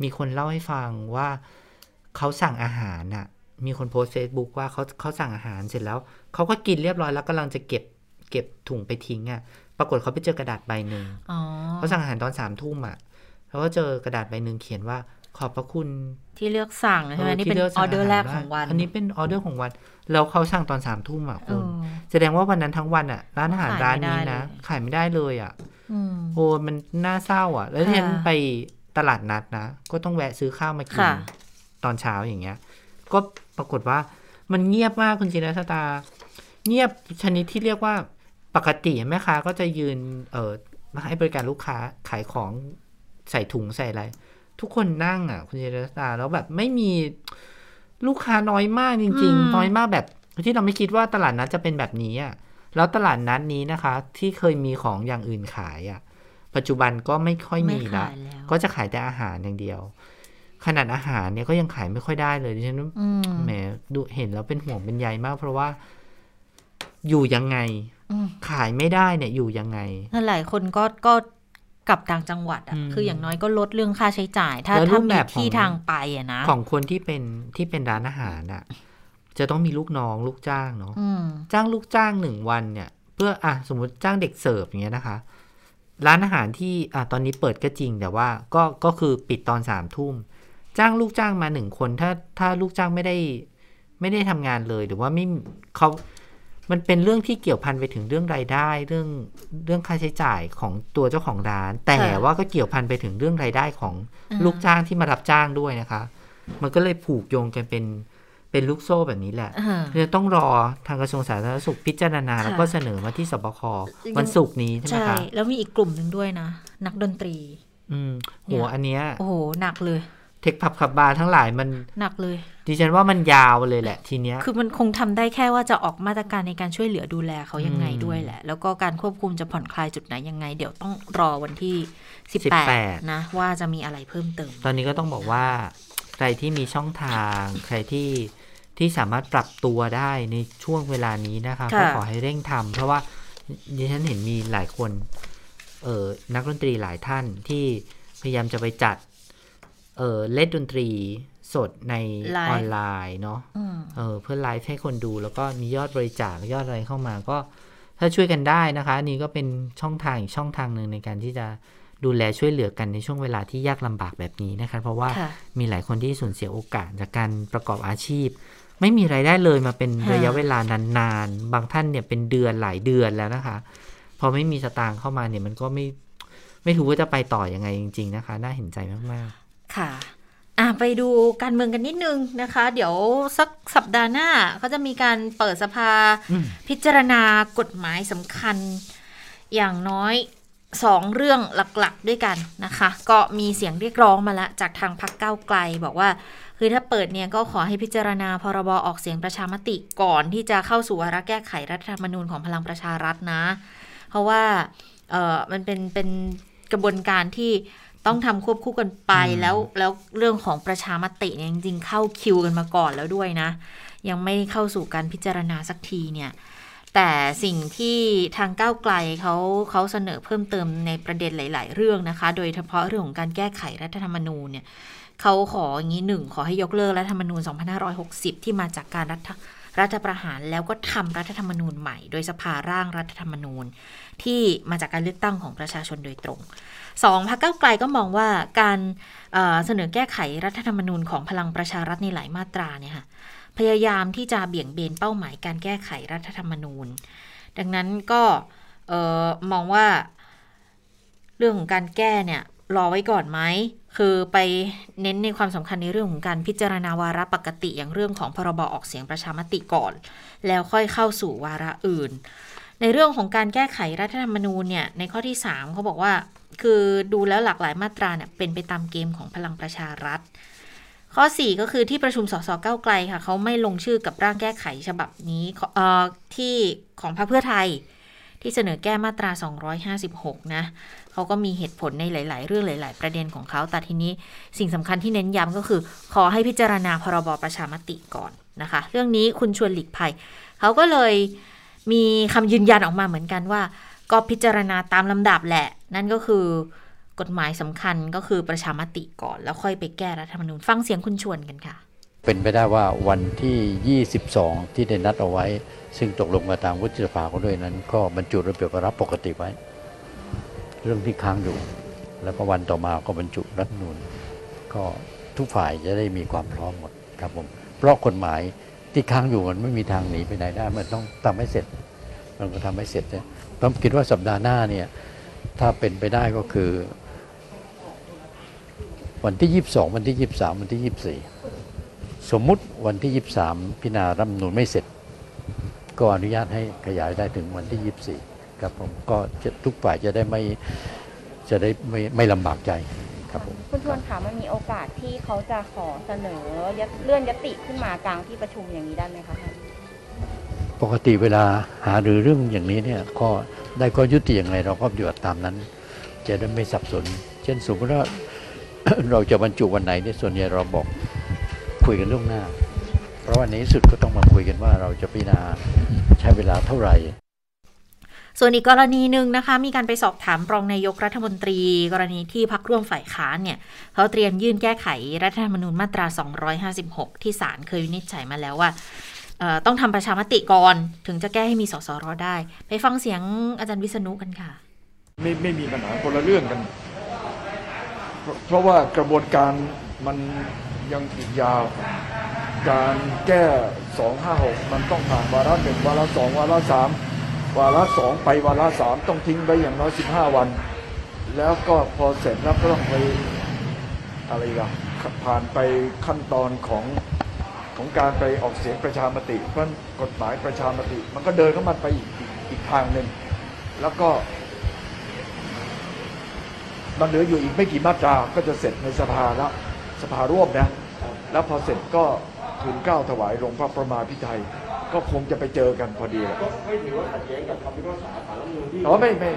มีคนเล่าให้ฟังว่าเขาสั่งอาหารน่ะมีคนโพสต์ Facebook ว่าเขาสั่งอาหารเสร็จแล้วเขาก็กินเรียบร้อยแล้วกำลังจะเก็บถุงไปทิ้งอ่ะปรากฏเขาไปเจอกระดาษใบนึงเขาสั่งอาหารตอน 3 ทุ่มอ่ะแล้วก็เจอกระดาษใบนึงเขียนว่าขอบพระคุณที่เลือกสั่งใช่ไหมนี่เป็นออเดอร์แรกของวันอันนี้เป็นออเดอร์ของวันแล้วเขาสั่งตอน 3 ทุ่มอ่ะคุณแสดงว่าวันนั้นทั้งวันอ่ะร้านอาหารร้านนี้นะขายไม่ได้เลยอ่ะโอ้มันน่าเศร้าอ่ะแล้วที่ฉันไปตลาดนัดนะก็ต้องแวะซื้อข้าวมากินตอนเช้าอย่างเงี้ยก็ปรากฏว่ามันเงียบมากคุณจินตตาเงียบชนิดที่เรียกว่าปกติแม่ค้าก็จะยืนมาให้บริการลูกค้าขายของใส่ถุงใส่อะไรทุกคนนั่งอ่ะคุณจินตตาแล้วแบบไม่มีลูกค้าน้อยมากจริงๆน้อยมากแบบที่เราไม่คิดว่าตลาดนัดจะเป็นแบบนี้อ่ะแล้วตลาดนัดนี้นะคะที่เคยมีของอย่างอื่นขายอ่ะปัจจุบันก็ไม่ค่อยมีละก็จะขายแต่อาหารอย่างเดียวขนาดอาหารเนี่ยก็ยังขายไม่ค่อยได้เลยดิฉันแหมดูเห็นแล้วเป็นห่วงเป็นใยมากเพราะว่าอยู่ยังไงขายไม่ได้เนี่ยอยู่ยังไงหลายคนก็กลับต่างจังหวัดอ่ะคืออย่างน้อยก็ลดเรื่องค่าใช้จ่ายถ้ามีที่ทางไปอ่ะนะของคนที่เป็นร้านอาหารอ่ะจะต้องมีลูกน้องลูกจ้างเนาะจ้างลูกจ้าง1 วันเนี่ยเพื่อสมมติจ้างเด็กเสิร์ฟอย่างเงี้ยนะคะร้านอาหารที่ตอนนี้เปิดก็จริงแต่ว่าก็คือปิดตอน 3 ทุ่มจ้างลูกจ้างมา1 คนถ้าลูกจ้างไม่ได้ทำงานเลยหรือว่าไม่เขามันเป็นเรื่องที่เกี่ยวพันไปถึงเรื่องรายได้เรื่องค่าใช้จ่ายของตัวเจ้าของร้านแต่ว่าก็เกี่ยวพันไปถึงเรื่องรายได้ของลูกจ้างที่มารับจ้างด้วยนะคะมันก็เลยผูกโยงกันเป็นลูกโซ่แบบนี้แหละจะต้องรอทางกระทรวงสาธารณสุขพิจารณาแล้วก็เสนอมาที่สบควันศุกร์นี้ใช่ไหมคะแล้วมีอีกกลุ่มหนึ่งด้วยนะนักดนตรีโหอันเนี้ยโอ้โหหนักเลยเทคผับขับบาร์ทั้งหลายมันหนักเลยดิฉันว่ามันยาวเลยแหละทีเนี้ยคือมันคงทำได้แค่ว่าจะออกมาตรการในการช่วยเหลือดูแลเขายังไงด้วยแหละแล้วก็การควบคุมจะผ่อนคลายจุดไหนยังไงเดี๋ยวต้องรอวันที่18นะว่าจะมีอะไรเพิ่มเติมตอนนี้ก็ต้องบอกว่าใครที่มีช่องทางใครที่สามารถปรับตัวได้ในช่วงเวลานี้นะคะก็ขอให้เร่งทำเพราะว่าดิฉันเห็นมีหลายคนนักดนตรีหลายท่านที่พยายามจะไปจัดเล่นดนตรีสดในออนไลน์เนาะเพื่อไลฟ์ให้คนดูแล้วก็มียอดบริจาคยอดอะไรเข้ามาก็ถ้าช่วยกันได้นะคะนี่ก็เป็นช่องทางอีกช่องทางนึงในการที่จะดูแลช่วยเหลือกันในช่วงเวลาที่ยากลำบากแบบนี้นะคะเพราะว่ามีหลายคนที่สูญเสียโอกาสจากการประกอบอาชีพไม่มีรายได้เลยมาเป็นระยะเวลานานๆบางท่านเนี่ยเป็นเดือนหลายเดือนแล้วนะคะพอไม่มีสตางค์เข้ามาเนี่ยมันก็ไม่รู้ว่าจะไปต่อยังไงจริงๆนะคะน่าเห็นใจมากๆค่ะไปดูการเมืองกันนิดนึงนะคะเดี๋ยวสักสัปดาห์หน้าเขาจะมีการเปิดสภาพิจารณากฎหมายสำคัญอย่างน้อย2 เรื่องหลักๆด้วยกันนะคะก็มีเสียงเรียกร้องมาแล้วจากทางพรรคก้าวไกลบอกว่าคือถ้าเปิดเนี่ยก็ขอให้พิจารณาพรบออกเสียงประชามติก่อนที่จะเข้าสู่วาระแก้ไขรัฐธรรมนูญของพลังประชารัฐนะเพราะว่ามันเป็นกระบวนการที่ต้องทำควบคู่กันไปแล้วเรื่องของประชามติเนี่ยจริงๆเข้าคิวกันมาก่อนแล้วด้วยนะยังไม่เข้าสู่การพิจารณาสักทีเนี่ยแต่สิ่งที่ทางก้าวไกลเขาเสนอเพิ่มเติมในประเด็นหลายๆเรื่องนะคะโดยเฉพาะเรื่องของการแก้ไขรัฐธรรมนูญเนี่ยเขาขออย่างนี้1ขอให้ยกเลิกรัฐธรรมนูญ2560ที่มาจากการรัฐประหารแล้วก็ทำรัฐธรรมนูญใหม่โดยสภาร่างรัฐธรรมนูญที่มาจากการเลือกตั้งของประชาชนโดยตรง2พรรคก้าวไกลก็มองว่าการเสนอแก้ไขรัฐธรรมนูญของพลังประชารัฐในหลายมาตราเนี่ยค่ะพยายามที่จะเบี่ยงเบนเป้าหมายการแก้ไขรัฐธรรมนูญดังนั้นก็มองว่าเรื่องของการแก้เนี่ยรอไว้ก่อนไหมคือไปเน้นในความสำคัญในเรื่องของการพิจารณาวาระปกติอย่างเรื่องของพรบออกเสียงประชามติก่อนแล้วค่อยเข้าสู่วาระอื่นในเรื่องของการแก้ไขรัฐธรรมนูญเนี่ยในข้อที่3เขาบอกว่าคือดูแล้วหลากหลายมาตราเนี่ยเป็นไปตามเกมของพลังประชารัฐข้อ4ก็คือที่ประชุมสสก้าวไกลค่ะเขาไม่ลงชื่อกับร่างแก้ไขฉบับนี้ที่ของพรรคเพื่อไทยที่เสนอแก้มาตรา256นะเขาก็มีเหตุผลในหลายๆเรื่องหลายๆประเด็นของเขาแต่ทีนี้สิ่งสำคัญที่เน้นย้ำก็คือขอให้พิจารณาพรบประชามติก่อนนะคะเรื่องนี้คุณชวนหลีกภัยเขาก็เลยมีคำยืนยันออกมาเหมือนกันว่าก็พิจารณาตามลำดับแหละนั่นก็คือกฎหมายสำคัญก็คือประชามติก่อนแล้วค่อยไปแก้รัฐธรรมนูญฟังเสียงคุณชวนกันค่ะเป็นไปได้ว่าวันที่22ที่ได้นัดเอาไว้ซึ่งตกลงกับทางวุฒิสภาก็ด้วยนั้นก็บรรจุระเบียบวาระปกติไว้เรื่องที่ค้างอยู่แล้วก็วันต่อมาก็บรรจุรัฐธรรมนูญก็ทุกฝ่ายจะได้มีความพร้อมหมดครับผมเพราะกฎหมายที่ค้างอยู่มันไม่มีทางหนีไปไหนได้มันต้องทำให้เสร็จมันก็ทำให้เสร็จเนี่ยผมคิดว่าสัปดาห์หน้าเนี่ยถ้าเป็นไปได้ก็คือวันที่22วันที่23วันที่24สมมุติวันที่23พิจารณารัฐธรรมนูญไม่เสร็จก็อนุญาตให้ขยายได้ถึงวันที่24ครับผมก็ทุกฝ่ายจะได้ไม่ลำบากใจครับผมคุณชวนคะมันมีโอกาสที่เขาจะขอเสนอเลื่อนยติขึ้นมากลางที่ประชุมอย่างนี้ได้ไหมคะท่านปกติเวลาหารือเรื่องอย่างนี้เนี่ยก็ได้ก็ยุติอย่างไรเราก็ปฏิบัติตามนั้นจะได้ไม่สับสนเช่นสมมติว่า เราจะบรรจุวันไหนเนี่ยส่วนใหญ่เราบอกคุยกันล่วงหน้าเพราะวันนี้สุดก็ต้องมาคุยกันว่าเราจะพิจารณาใช้เวลาเท่าไหร่ส่วนอีกกรณีหนึ่งนะคะมีการไปสอบถามรองนายกรัฐมนตรีกรณีที่พรรคร่วมฝ่ายค้านเนี่ยเขาเตรียมยื่นแก้ไขรัฐธรรมนูญมาตรา256ที่ศาลเคยวินิจฉัยมาแล้วว่าต้องทำประชามติก่อนถึงจะแก้ให้มีสสรได้ไปฟังเสียงอาจารย์วิษณุกันค่ะไม่มีปัญหาคนละเรื่องกันเพราะว่ากระบวนการมันยังอีกยาวการแก้256มันต้องผ่านวาระ1วาระ2วาระ3วาระ2ไปวาระ3ต้องทิ้งไว้อย่างน้อย15วันแล้วก็พอเสร็จแล้วก็ต้องไปอะไรล่ะผ่านไปขั้นตอนของการไปออกเสียงประชามติเพราะกฎหมายประชามติมันก็เดินเข้ามาไปอีกทางหนึ่งแล้วก็มันเหลืออยู่อีกไม่กี่มาตราก็จะเสร็จในสภาแล้วสภาร่วมนะแล้วพอเสร็จก็ทูลเกล้าถวายลงพระประมาพิไทยก็คงจะไปเจอกันพอดีก็ไม่ถือว่าขัดแย้งกับคำพิพากษาศาลรัฐธรรมนูญที่ไม่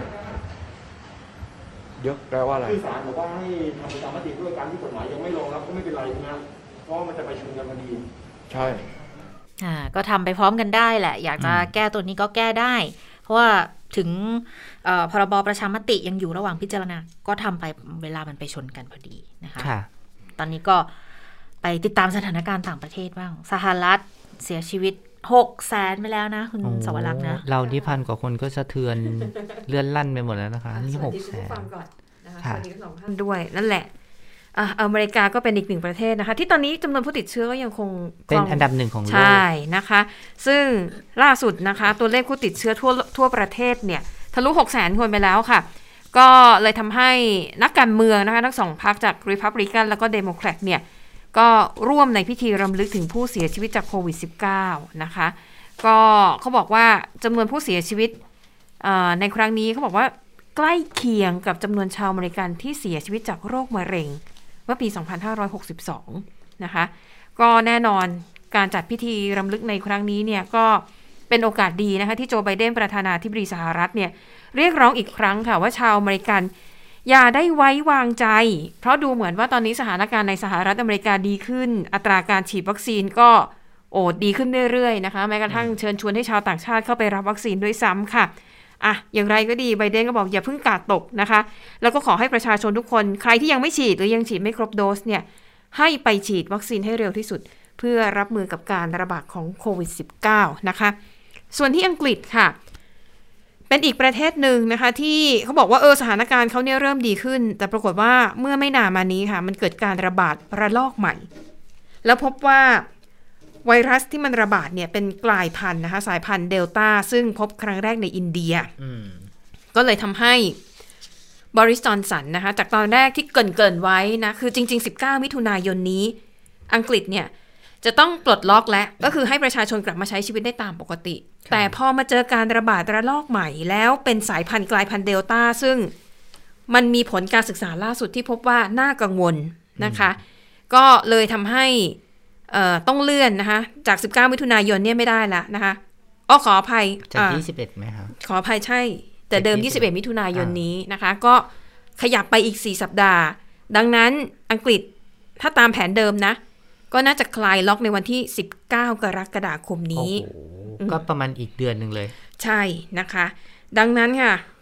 เดี๋ยวแปลว่าอะไรคือศาลบอกว่าให้ทำประชามติด้วยการที่กฎหมายยังไม่ลงแล้วก็ไม่เป็นไรนะเพราะมันจะไปชุมกันพอดีใช่ก็ทำไปพร้อมกันได้แหละอยากจะแก้ตัวนี้ก็แก้ได้เพราะว่าถึงพรบประชามติยังอยู่ระหว่างพิจารณาก็ทำไปเวลามันไปชนกันพอดีนะคะตอนนี้ก็ไปติดตามสถานการณ์ต่างประเทศบ้างสหรัฐเสียชีวิต600,000ไปแล้วนะคุณสวรักษ์นะเราที่1,000 กว่าคนก็สะเทือนเลื่อนลั่นไปหมดแล้วนะคะนี่600,000 ค่ะสวัสดีทั้งสองท่านด้วยนั่นแหละอเมริกาก็เป็นอีกหนึ่งประเทศนะคะที่ตอนนี้จำนวนผู้ติดเชื้อก็ยังคงเป็นอันดับ1ของโลกใช่นะคะซึ่งล่าสุดนะคะตัวเลขผู้ติดเชื้อทั่วประเทศเนี่ยทะลุ 600,000 คนไปแล้วค่ะก็เลยทำให้นักการเมืองนะคะทั้งสองพรรคจาก Republican แล้วก็ Democrat เนี่ยก็ร่วมในพิธีรำลึกถึงผู้เสียชีวิตจากโควิด -19 นะคะก็เขาบอกว่าจำนวนผู้เสียชีวิตในครั้งนี้เขาบอกว่าใกล้เคียงกับจำนวนชาวอเมริกันที่เสียชีวิตจากโรคมะเร็งเมื่อปี 2562 นะคะก็แน่นอนการจัดพิธีรำลึกในครั้งนี้เนี่ยก็เป็นโอกาสดีนะคะที่โจไบเดนประธานาธิบดีสหรัฐเนี่ยเรียกร้องอีกครั้งค่ะว่าชาวอเมริกันอย่าได้ไว้วางใจเพราะดูเหมือนว่าตอนนี้สถานการณ์ในสหรัฐอเมริกาดีขึ้นอัตราการฉีดวัคซีนก็ดีขึ้นเรื่อยๆนะคะแม้กระทั่งเชิญชวนให้ชาวต่างชาติเข้าไปรับวัคซีนด้วยซ้ำค่ะอย่างไรก็ดีไบเดนก็บอกอย่าเพิ่งกาดตกนะคะแล้วก็ขอให้ประชาชนทุกคนใครที่ยังไม่ฉีดหรือยังฉีดไม่ครบโดสเนี่ยให้ไปฉีดวัคซีนให้เร็วที่สุดเพื่อรับมือกับการระบาดของโควิด -19 นะคะส่วนที่อังกฤษค่ะเป็นอีกประเทศหนึ่งนะคะที่เขาบอกว่าสถานการณ์เขาเนี่ยเริ่มดีขึ้นแต่ปรากฏว่าเมื่อไม่นานมานี้ค่ะมันเกิดการระบาดระลอกใหม่แล้วพบว่าไวรัสที่มันระบาดเนี่ยเป็นกลายพันธุ์นะคะสายพันธุ์เดลต้าซึ่งพบครั้งแรกในอินเดียก็เลยทำให้บริส จอนสันนะคะจากตอนแรกที่เกริ่นไว้นะคือจริงๆ19มิถุนายนนี้อังกฤษเนี่ยจะต้องปลดล็อกแล้วก็คือให้ประชาชนกลับมาใช้ชีวิตได้ตามปกติแต่พอมาเจอการระบาดระลอกใหม่แล้วเป็นสายพันธุ์กลายพันธุ์เดลต้าซึ่งมันมีผลการศึกษาล่าสุดที่พบว่าน่ากังวลนะคะก็เลยทำให้ต้องเลื่อนนะคะจาก19มิถุนายนเนี่ยไม่ได้ละนะคะขออภัยจาก21ไหมคะขออภัยใช่แต่เดิม21มิถุนายนนี้นะคะก็ขยับไปอีก4สัปดาห์ดังนั้นอังกฤษถ้าตามแผนเดิมนะก็น่าจะคลายล็อกในวันที่19กรกฎาคมนี้ก็ประมาณอีกเดือนนึงเลยใช่นะคะดังนั้นค่ะ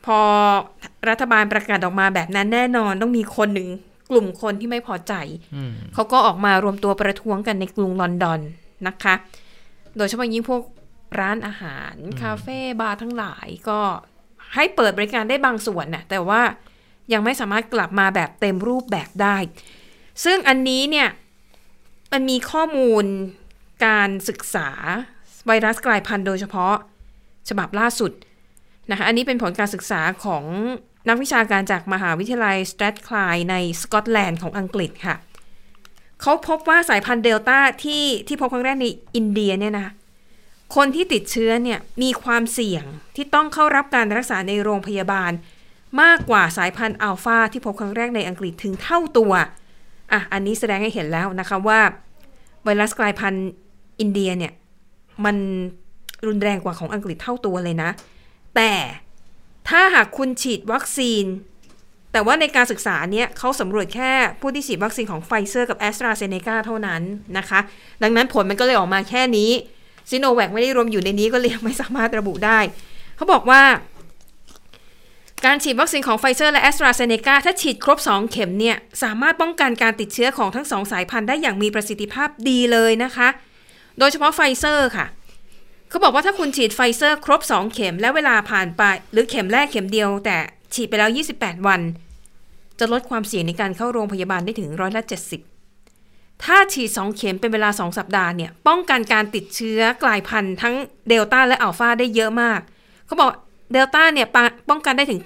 พอรัฐบาลประกาศออกมาแบบนั้นแน่นอนต้องมีคนหนึ่งกลุ่มคนที่ไม่พอใจเขาก็ออกมารวมตัวประท้วงกันในกรุงลอนดอนนะคะโดยเฉพาะยิ่งพวกร้านอาหารคาเฟ่บาร์ทั้งหลายก็ให้เปิดบริการได้บางส่วนน่ะแต่ว่ายังไม่สามารถกลับมาแบบเต็มรูปแบบได้ซึ่งอันนี้เนี่ยมันมีข้อมูลการศึกษาไวรัสกลายพันธุ์โดยเฉพาะฉบับล่าสุดนะคะอันนี้เป็นผลการศึกษาของนักวิชาการจากมหาวิทยาลัยสแตทคลายในสกอตแลนด์ของอังกฤษค่ะเขาพบว่าสายพันธุ์เดลต้าที่พบครั้งแรกในอินเดียเนี่ยนะคนที่ติดเชื้อเนี่ยมีความเสี่ยงที่ต้องเข้ารับการรักษาในโรงพยาบาลมากกว่าสายพันธุ์อัลฟาที่พบครั้งแรกในอังกฤษถึงเท่าตัวอันนี้แสดงให้เห็นแล้วนะคะว่าไวรัสกลายพันธุ์อินเดียเนี่ยมันรุนแรงกว่าของอังกฤษเท่าตัวเลยนะแต่ถ้าหากคุณฉีดวัคซีนแต่ว่าในการศึกษาเนี้ยเขาสำรวจแค่ผู้ที่ฉีดวัคซีนของไฟเซอร์กับแอสตราเซเนกาเท่านั้นนะคะดังนั้นผลมันก็เลยออกมาแค่นี้ซิโนแวคไม่ได้รวมอยู่ในนี้ก็เลยไม่สามารถระบุได้เขาบอกว่าการฉีดวัคซีนของไฟเซอร์และแอสตราเซเนกาถ้าฉีดครบ2เข็มเนี่ยสามารถป้องกันการติดเชื้อของทั้ง2สายพันธุ์ได้อย่างมีประสิทธิภาพดีเลยนะคะโดยเฉพาะไฟเซอร์ค่ะเขาบอกว่าถ้าคุณฉีดไฟเซอร์ครบ2เข็มแล้วเวลาผ่านไปหรือเข็มแรกเข็มเดียวแต่ฉีดไปแล้ว28วันจะลดความเสี่ยงในการเข้าโรงพยาบาลได้ถึง70%ถ้าฉีด2เข็มเป็นเวลา2สัปดาห์เนี่ยป้องกันการติดเชื้อกลายพันธุ์ทั้งเดลต้าและอัลฟาได้เยอะมากเขาบอกเดลต้าเนี่ยป้องกันได้ถึง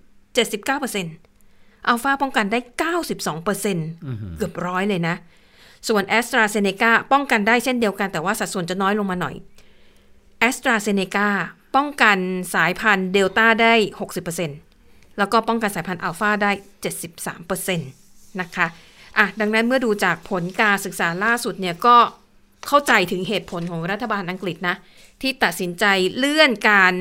79%อัลฟาป้องกันได้ 92% เกือบ100เลยนะส่วนแอสตราเซเนกาป้องกันได้เช่นเดียวกันแต่ว่าสัดส่วนจะน้อยลงมาหน่อยแอสตราเซเนกาป้องกันสายพันธุ์เดลต้าได้ 60% แล้วก็ป้องกันสายพันธุ์อัลฟาได้ 73% นะคะดังนั้นเมื่อดูจากผลการศึกษาล่าสุดเนี่ยก็เข้าใจถึงเหตุผลของรัฐบาลอังกฤษนะที่ตัดสินใจเลื่อนการ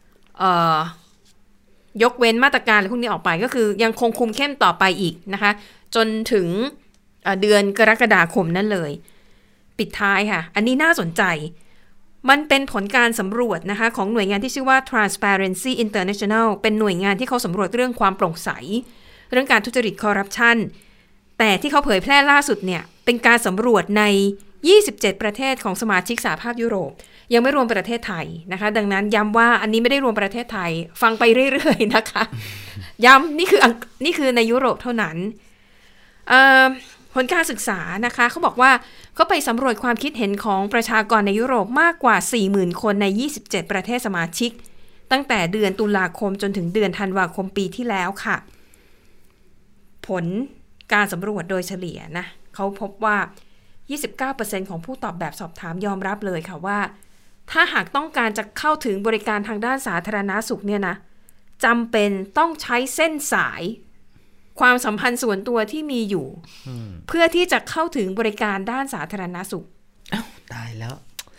ยกเว้นมาตรการอะไรพวกนี้ออกไปก็คือยังคงคุมเข้มต่อไปอีกนะคะจนถึงเดือนกรกฎาคมนั่นเลยปิดท้ายค่ะอันนี้น่าสนใจมันเป็นผลการสำรวจนะคะของหน่วยงานที่ชื่อว่า Transparency International เป็นหน่วยงานที่เขาสำรวจเรื่องความโปร่งใสเรื่องการทุจริตคอร์รัปชันแต่ที่เขาเผยแพร่ล่าสุดเนี่ยเป็นการสำรวจใน27ประเทศของสมาชิกสหภาพยุโรปยังไม่รวมประเทศไทยนะคะดังนั้นย้ำว่าอันนี้ไม่ได้รวมประเทศไทยฟังไปเรื่อยๆนะคะย้ำนี่คือในยุโรปเท่านั้นผลการศึกษานะคะเขาบอกว่าเขาไปสำรวจความคิดเห็นของประชากรในยุโรปมากกว่า 40,000 คนใน27ประเทศสมาชิกตั้งแต่เดือนตุลาคมจนถึงเดือนธันวาคมปีที่แล้วค่ะผลการสำรวจโดยเฉลี่ยนะเขาพบว่า 29% ของผู้ตอบแบบสอบถามยอมรับเลยค่ะว่าถ้าหากต้องการจะเข้าถึงบริการทางด้านสาธารณสุขเนี่ยนะจำเป็นต้องใช้เส้นสายความสัมพันธ์ส่วนตัวที่มีอยู่เพื่อที่จะเข้าถึงบริการด้านสาธารณสุขตายแล้ว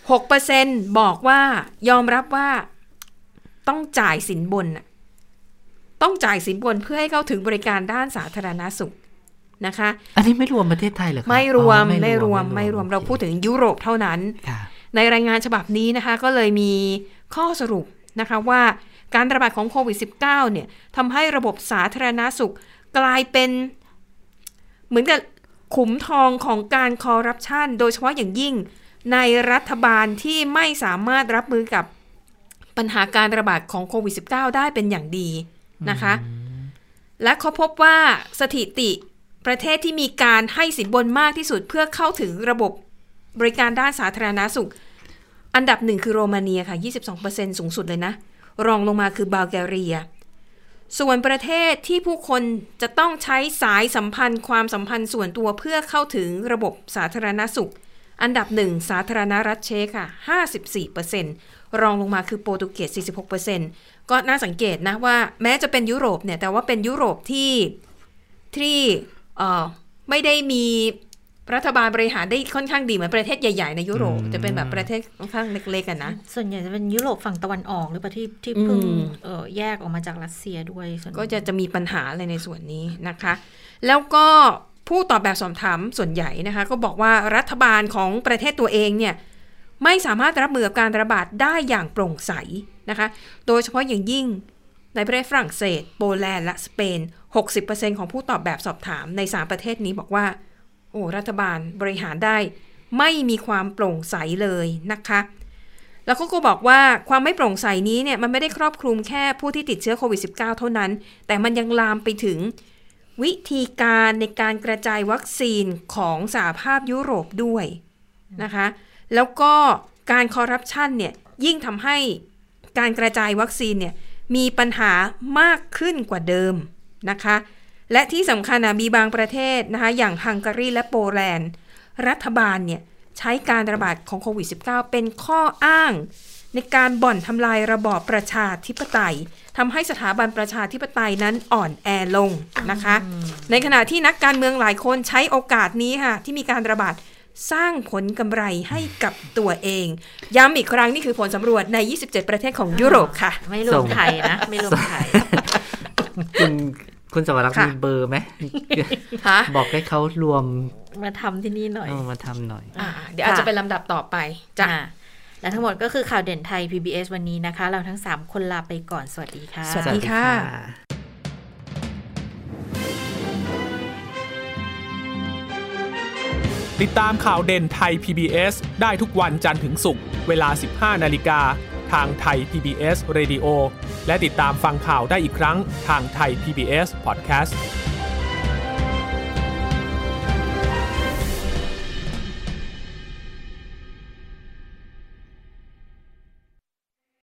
6% บอกว่ายอมรับว่าต้องจ่ายสินบนต้องจ่ายสินบนเพื่อให้เข้าถึงบริการด้านสาธารณสุขนะคะอันนี้ไม่รวมประเทศไทยเหรอคะไม่รวมเราพูดถึงยุโรปเท่านั้นในรายงานฉบับนี้นะคะก็เลยมีข้อสรุปนะคะว่าการระบาดของโควิด -19 เนี่ยทำให้ระบบสาธารณสุขกลายเป็นเหมือนกับขุมทองของการคอร์รัปชันโดยเฉพาะอย่างยิ่งในรัฐบาลที่ไม่สามารถรับมือกับปัญหาการระบาดของโควิด -19 ได้เป็นอย่างดีนะคะและเขาพบว่าสถิติประเทศที่มีการให้สินบนมากที่สุดเพื่อเข้าถึงระบบบริการด้านสาธารณสุขอันดับ1คือโรมาเนียค่ะ 22% สูงสุดเลยนะรองลงมาคือบัลแกเรียส่วนประเทศที่ผู้คนจะต้องใช้สายสัมพันธ์ความสัมพันธ์ส่วนตัวเพื่อเข้าถึงระบบสาธารณสุขอันดับ1สาธารณรัฐเช็กค่ะ 54% รองลงมาคือโปรตุเกส 46% ก็น่าสังเกตนะว่าแม้จะเป็นยุโรปเนี่ยแต่ว่าเป็นยุโรปที่ไม่ได้มีรัฐบาลบริหารได้ค่อนข้างดีเหมือนประเทศใหญ่ๆในยุโรปจะเป็นแบบประเทศค่อนข้างเล็กๆกันนะส่วนใหญ่จะเป็นยุโรปฝั่งตะวันออกหรือเปล่าที่เพิ่งแยกออกมาจากรัสเซียด้วยก็จะมีปัญหาอะไรในส่วนนี้นะคะแล้วก็ผู้ตอบแบบสอบถามส่วนใหญ่นะคะก็บอกว่ารัฐบาลของประเทศตัวเองเนี่ยไม่สามารถรับมือกับการระบาดได้อย่างโปร่งใสนะคะโดยเฉพาะอย่างยิ่งในประเทศฝรั่งเศสโปแลนด์และสเปน 60% ของผู้ตอบแบบสอบถามใน3ประเทศนี้บอกว่าโอ้รัฐบาลบริหารได้ไม่มีความโปร่งใสเลยนะคะแล้วเขาก็บอกว่าความไม่โปร่งใสนี้เนี่ยมันไม่ได้ครอบคลุมแค่ผู้ที่ติดเชื้อโควิด -19 เท่านั้นแต่มันยังลามไปถึงวิธีการในการกระจายวัคซีนของสหภาพยุโรปด้วยนะคะแล้วก็การคอร์รัปชันเนี่ยยิ่งทำให้การกระจายวัคซีนเนี่ยมีปัญหามากขึ้นกว่าเดิมนะคะและที่สำคัญมีบางประเทศนะคะอย่างฮังการีและโปแลนด์รัฐบาลเนี่ยใช้การระบาดของโควิด -19 เป็นข้ออ้างในการบ่อนทำลายระบอบประชาธิปไตยทำให้สถาบันประชาธิปไตยนั้นอ่อนแอลงนะคะในขณะที่นักการเมืองหลายคนใช้โอกาสนี้ค่ะที่มีการระบาดสร้างผลกำไรให้กับตัวเองย้ำอีกครั้งนี่คือผลสำรวจใน27ประเทศของยุโรปค่ะไม่รวมไทยนะไม่รวมไทยคุณสวรักษ์มีเบอร์ไหมบอกให้เขารวมมาทำที่นี่หน่อยมาทำหน่อยเดี๋ยวอาจจะเป็นลำดับต่อไปจ้ะและทั้งหมดก็คือข่าวเด่นไทย PBS วันนี้นะคะเราทั้ง3คนลาไปก่อนสวัสดีค่ะสวัสดีค่ะติดตามข่าวเด่นไทย PBS ได้ทุกวันจันทร์ถึงศุกร์เวลา 15 นาฬิกาทางไทย PBS Radio และติดตามฟังข่าวได้อีกครั้งทางไทย PBS Podcast